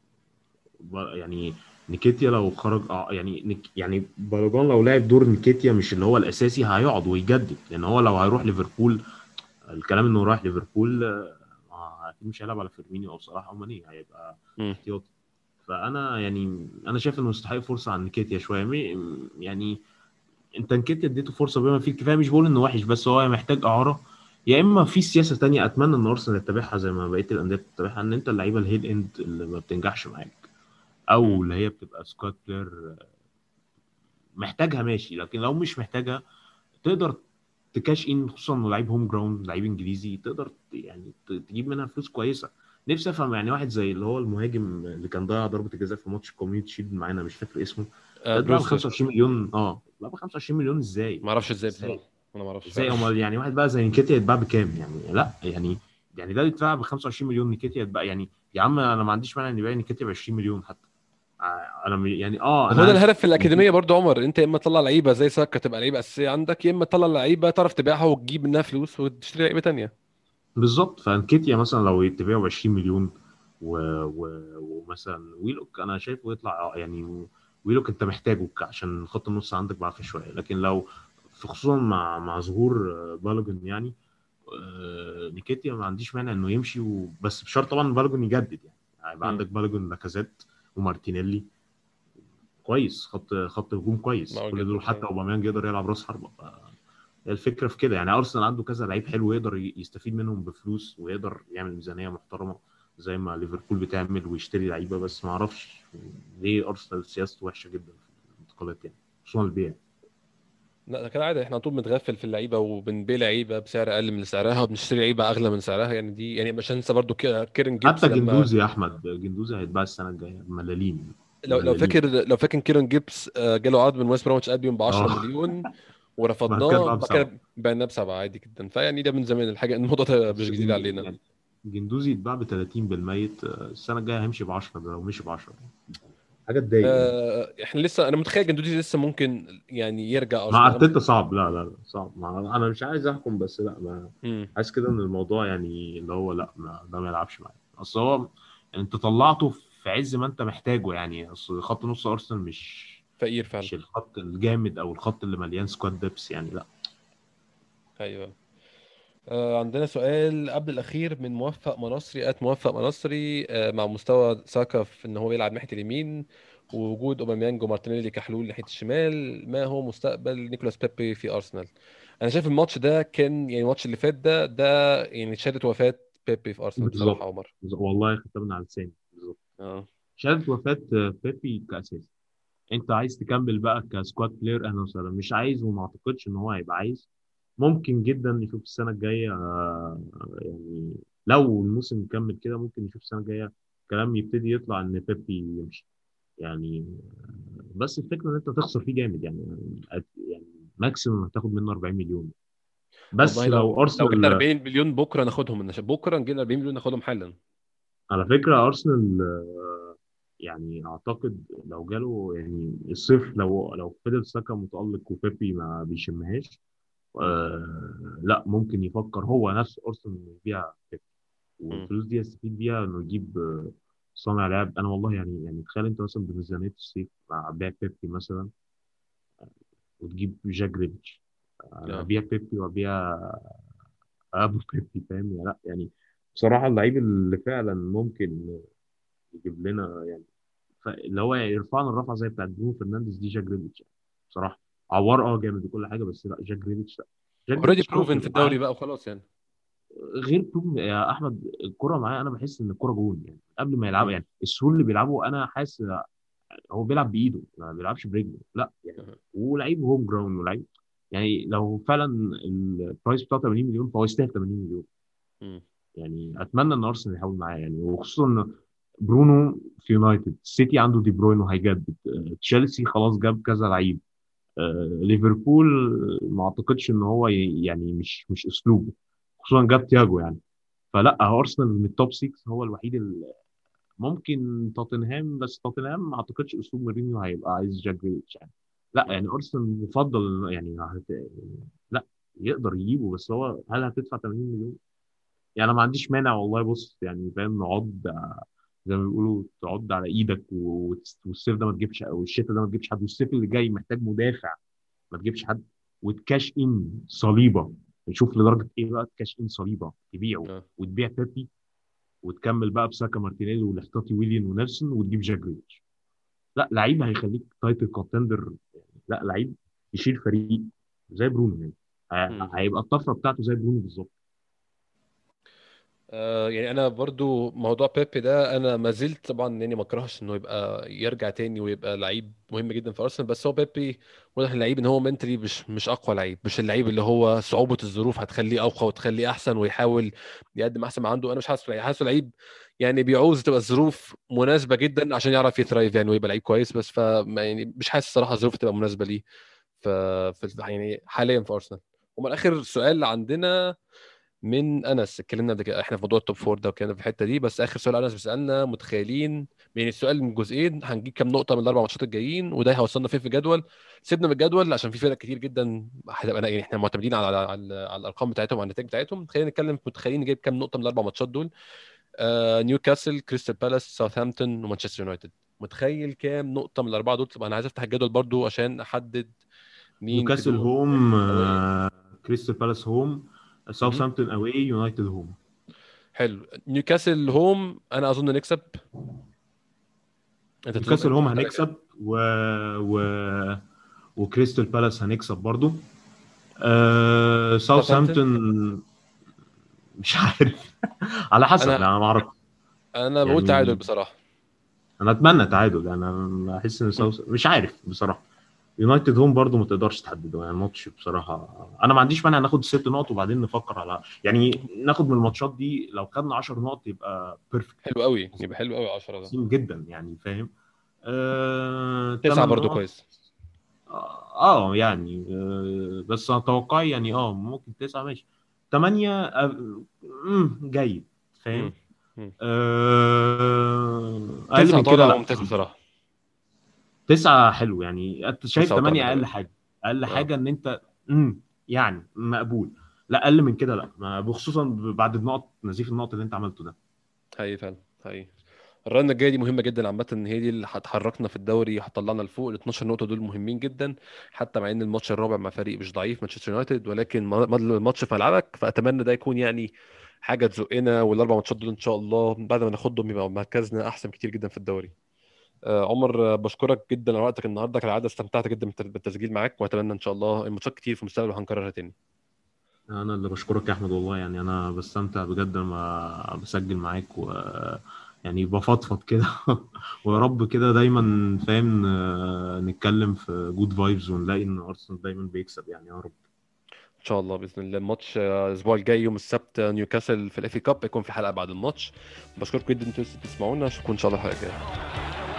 يعني نيكيتيا لو خرج يعني يعني بالاجون لو لعب دور نيكيتيا مش اللي هو الاساسي هيقعد ويجدد، لان هو لو هيروح ليفربول، الكلام انه رايح ليفربول اكيد مش هيلعب على فيرمينيو او صلاح او ماني، هيبقى امم. احتياطي. فانا يعني انا شايف انه يستحق فرصه عن نيكيتيا شويه، يعني انت نيكيتيا اديته فرصه بما فيه الكفايه، مش بقول انه وحش بس هو محتاج اعاره. يا اما في سياسه تانية اتمنى ان ارسنال يتبعها زي ما بقيه الانديه بتتبعها، ان انت اللعيبه الهيد اند اللي ما بتنجحش معاك او اللي هي بتبقى سكواد بلاير محتاجها ماشي، لكن لو مش محتاجها تقدر تكاش ان، خصوصا انه لعيب هوم جراوند، لعيب انجليزي، تقدر يعني تجيب منها فلوس كويسه. نفسي افهم يعني واحد زي اللي هو المهاجم اللي كان ضيع ضربه الجزاء في ماتش الكوميونتي شيلد معانا، مش فاكر اسمه، ده اتباع ب بروزر. 25 مليون. اتباع ب 25 مليون ازاي؟ ما اعرفش ازاي ازاي؟ بصراحه. انا ما اعرفش ازاي فعلا. امال يعني واحد بقى زي نيكيتيا يتباع بكام يعني؟ لا يعني، يعني ده يتباع ب 25 مليون، نيكيتيا يتباع يعني. يا عم انا ما عنديش مانع ان يبيع نيكيتيا ب 20 مليون حتى. انا يعني وهو انا ده عارف الهدف في الاكاديميه برضو عمر، انت يا اما تطلع لعيبه زي ساكا تبقى لعيبه اساسيه عندك، يا اما تطلع لعيبه تعرف تبيعها وتجيب منها فلوس وتشتري لعيبه تانيه. بالظبط. فانكيتيا مثلا لو تبيعه ب 20 مليون و... ومثلا ويلوك انا شايفه يطلع يعني. ويلوك انت محتاجه عشان خط النص عندك ضعف شويه، لكن لو خصوصا مع ظهور بالوجن يعني. نيكيتيا ما عنديش مانع انه يمشي بس بشرط طبعا بالوجن يجدد يعني. هيبقى امم. عندك بالوجن، لاكازيت، ومارتينيلي. كويس، خط هجوم كويس معقول كل جدا دول، حتى فعلا. اوباميانج يقدر يلعب راس حربه. الفكره في كده يعني. ارسنال عنده كذا لعيب حلو يقدر يستفيد منهم بفلوس، ويقدر يعمل ميزانيه محترمه زي ما ليفربول بتعمل ويشتري لعيبه. بس ما اعرفش ليه ارسنال سياسته وحشه جدا في الانتقالات يعني، خصوصا البيع. لا ده كده عادي، احنا على طول بنتغفل في اللعيبه وبنبيع لعيبه بسعر اقل من سعرها وبنشتري لعيبه اغلى من سعرها، يعني دي يعني مش هنسى برضو كيرن حتى جيبس لما. جندوزي يا احمد، جندوزي هيتباع السنه الجايه ملاليم. لو ملاليم. فاكر كيرن جيبس جاله عرض من ويست بروميتش البيون ب 10 اه. مليون بعد كده ورفضناه، اتباع بعد بسبعه. كده بعناه بسبعه عادي جدا. فيعني ده من زمان الحاجه، الموضوع ده مش بس جديد علينا. يعني جندوزي يتباع ب 30 بالميت، السنه الجايه هيمشي ب 10، ده لو مشي ب 10 حاجه تضايق يعني. احنا لسه، انا متخيل جندوزي لسه ممكن يعني يرجع مع ارسنال. ارتيتا صعب، لا لا لا صعب. انا مش عايز احكم، بس لا ما امم. حاسس كده ان الموضوع يعني اللي هو لا، ده ما يلعبش معايا. اصل هو يعني انت طلعته في عز ما انت محتاجه يعني. اصل خط نص ارسنال فقير فعلا. مش الخط الجامد او الخط اللي مليان سكواد دبس يعني، لا. ايوه. عندنا سؤال قبل الأخير من موفق منصري، موفق منصري، مع مستوى ساكا في إن هو بيلعب ناحية اليمين ووجود أوباميانج ومارتينيلي كحلول ناحية الشمال، ما هو مستقبل نيكولاس بيبي في أرسنال؟ أنا شايف الماتش ده كان يعني الماتش اللي فات ده يعني شهادة وفاة بيبي في أرسنال بصراحة بالظبط. يا عمر. والله ختمنا على لساني بالظبط. اه. شهادة وفاة بيبي كأساسي. انت عايز تكمل بقى كسكواد بلاير، اهلا وسهلا. مش عايز، وما اعتقدش ان هو هيبقى عايز. ممكن جدا نشوف السنه الجايه يعني لو الموسم كمل كده ممكن نشوف السنه الجايه كلام يبتدي يطلع ان بيبي يمشي يعني. بس الفكره ان انت تخسر فيه جامد يعني. يعني ماكسيموم هتاخد منه 40 مليون. والله بس لو لو جبنا ارسنال، 40 مليون بكره ناخدهم، بكره نجيب 40 مليون ناخدهم حالا. على فكره ارسنال يعني اعتقد لو جاله يعني الصيف، لو فضل ساكا متالق وبيبي ما بيشمهاش، لا ممكن يفكر هو نفسه ارسنال إنه يبيع بيب، مم. والفلوس دي يستفيد بيها انه يجيب صانع لعب. انا والله يعني تخيل انت مثلا بميزانيه الصيف مع بيع بيبي مثلا، وتجيب جاك جريليتش. انا اه. ابيع بيبي وابيع ابو بيبي، فاهم يعني؟ لا يعني بصراحه اللعيب اللي فعلا ممكن يجيب لنا يعني اللي هو يرفعنا الرفعه زي بتاعت برونو فرنانديز دي، جاك جريليتش يعني. بصراحه عوار جامد وكل حاجه، بس لا جاك جريليتش لا. جاك اوريدي جريليتش بروفن في ممكن الدوري معاه. بقى وخلاص يعني. غير بروف يا احمد، الكره معاه انا بحس ان الكره جون يعني قبل ما يلعب مم. يعني. السهول اللي بيلعبه انا حاسس هو بيلعب بايده ما بيلعبش برجله، لا يعني. ولعيب هوم جراوند ولعيب يعني. لو فعلا البرايس بتاعه 80 مليون فهو يستاهل 80 مليون مم. يعني. اتمنى ان ارسنال يحاول معاه يعني، وخصوصا ان برونو في يونايتد، سيتي عنده دي بروين وهيجدد، تشيلسي خلاص جاب كذا لعيب، ليفربول ما اعتقدش ان هو يعني مش اسلوبه، خصوصا جاب تياجو يعني. فلا هو ارسنال من التوب 6 هو الوحيد اللي ممكن. توتنهام، بس توتنهام ما اعتقدش اسلوب مورينيو هيبقى عايز جاك جريليتش يعني. لا مم. يعني ارسنال مفضل يعني لا يقدر يجيبه، بس هو هل هتدفع 80 مليون؟ يعني انا ما عنديش مانع والله. بص يعني فاهم، نقعد زي ما بيقولوا تقعد على ايدك والصيف ده ما تجيبش، او الشتاء ده ما تجيبش حد، والصيف اللي جاي محتاج مدافع ما تجيبش حد، وتكاش ان صليبه. نشوف لدرجه ايه بقى تكاش ان صليبه تبيعه، اه. وتبيع بيبي، وتكمل بقى بساكا مارتينيلي والاحتياطي ويليان ونيلسون، وتجيب جاك جريليتش. لا لعيب هيخليك تايتل كونتندر يعني. لا لعيب يشيل فريق زي برونو يعني. مم. هيبقى الطفره بتاعته زي برونو بالظبط. يعني انا برضو موضوع بيبي ده انا ما زلت طبعا اني ما اكرهش انه يبقى يرجع تاني ويبقى لعيب مهم جدا في ارسنال، بس هو بيبي واضح اللعيب ان هو منتلي مش اقوى لعيب، مش اللعيب اللي هو صعوبة الظروف هتخليه اقوى وتخليه احسن ويحاول يقدم احسن ما عنده. انا مش حاسه لعيب، حاسه لعيب يعني بيعوز تبقى الظروف مناسبة جدا عشان يعرف يثرايف يعني ويبقى لعيب كويس، بس يعني مش حاسس صراحة الظروف تبقى مناسبة ليه يعني حاليا في ارسنال. ومن اخر سؤال عندنا من انس، اتكلمنا قبل كده احنا في موضوع التوب فور ده وكان في الحته دي، بس اخر سؤال انس بيسالنا متخيلين يعني السؤال من جزئين، هنجيب كام نقطه من الاربع ماتشات الجايين وده هيوصلنا فين في الجدول. سيبنا من الجدول عشان في فرق كتير جدا هتبقى يعني احنا معتمدين على الارقام بتاعتهم وعلى النتائج بتاعتهم. خلينا نتكلم متخيلين نجيب كام نقطه من الاربع ماتشات دول. نيوكاسل، كريستال بالاس، ساوثهامبتون، ومانشستر يونايتد. متخيل كام نقطه من الاربعه دول؟ طبعا انا عايز افتح الجدول برضو عشان احدد مين في نيوكاسل دول. هوم، أوي. كريستال بالاس هوم، مهم. ساوثهامبتون اواي، يونايتد هوم. حلو. نيوكاسل هوم انا اظن نكسب. انت نيوكاسل انت هوم مقتنع كده؟ هنكسب و... وكريستال بالاس هنكسب برضو. ساوثهامبتون. ساوثهامبتون مش عارف. على حسب انا يعني، انا ما اعرف انا بقول تعادل يعني. بصراحه. انا اتمنى تعادل، انا احس ان مم. مش عارف بصراحه. يونايتد هوم برضو ما تقدرش تحدده يعني الماتش بصراحه. انا ما عنديش مانع ناخد الست نقط وبعدين نفكر على يعني ناخد من الماتشات دي، لو خدنا 10 نقط يبقى بيرفكت. حلو قوي، يبقى حلو قوي 10 ده. عظيم جدا يعني، فاهم. 9 8 برضو نقط. كويس. يعني بس اتوقع يعني ممكن 9 ماشي. 8 جيد، مم. فاهم. مم. اقل 9 من كده طالع لا. ممتاز بصراحه. 9 حلو يعني، انت شايف 9 وطالع 8 حلو اقل قوي. حاجه. اقل اه. حاجه ان انت يعني مقبول. لا اقل من كده لا، بخصوصا بعد النقط، نزيف النقط اللي انت عملته ده. حقيقي فعلا. حقيقي. الرنة الجاية دي مهمة جدا عامة، ان هي دي اللي هتحركنا في الدوري، هتطلعنا لفوق. ال 12 نقطة دول مهمين جدا، حتى مع ان الماتش الرابع مع فريق مش ضعيف مانشستر يونايتد، ولكن الماتش في ملعبك، فاتمنى ده يكون يعني حاجة تزقنا، والاربع ماتشات دول ان شاء الله بعد ما ناخدهم يبقى مركزنا احسن كتير جدا في الدوري. عمر، بشكرك جدا على وقتك النهارده، كالعادة استمتعت جدا بالتسجيل معاك، واتمنى ان شاء الله الماتشات كتير في المستقبل وهنكررها تاني. انا اللي بشكرك يا احمد والله، يعني انا بستمتع بجد لما بسجل معاك يعني بفضفض كده. ويا اه رب كده دايما فاهم، نتكلم في جود فايبز ونلاقي ان ارسنال دايما بيكسب يعني، يا رب. ان شاء الله باذن الله. الماتش الاسبوع الجاي يوم السبت، نيوكاسل في الاف اي كاب، يكون في حلقه بعد الماتش. بشكركم جدا انتوا تسمعونا، اشوفكم ان شاء الله الحلقه الجايه.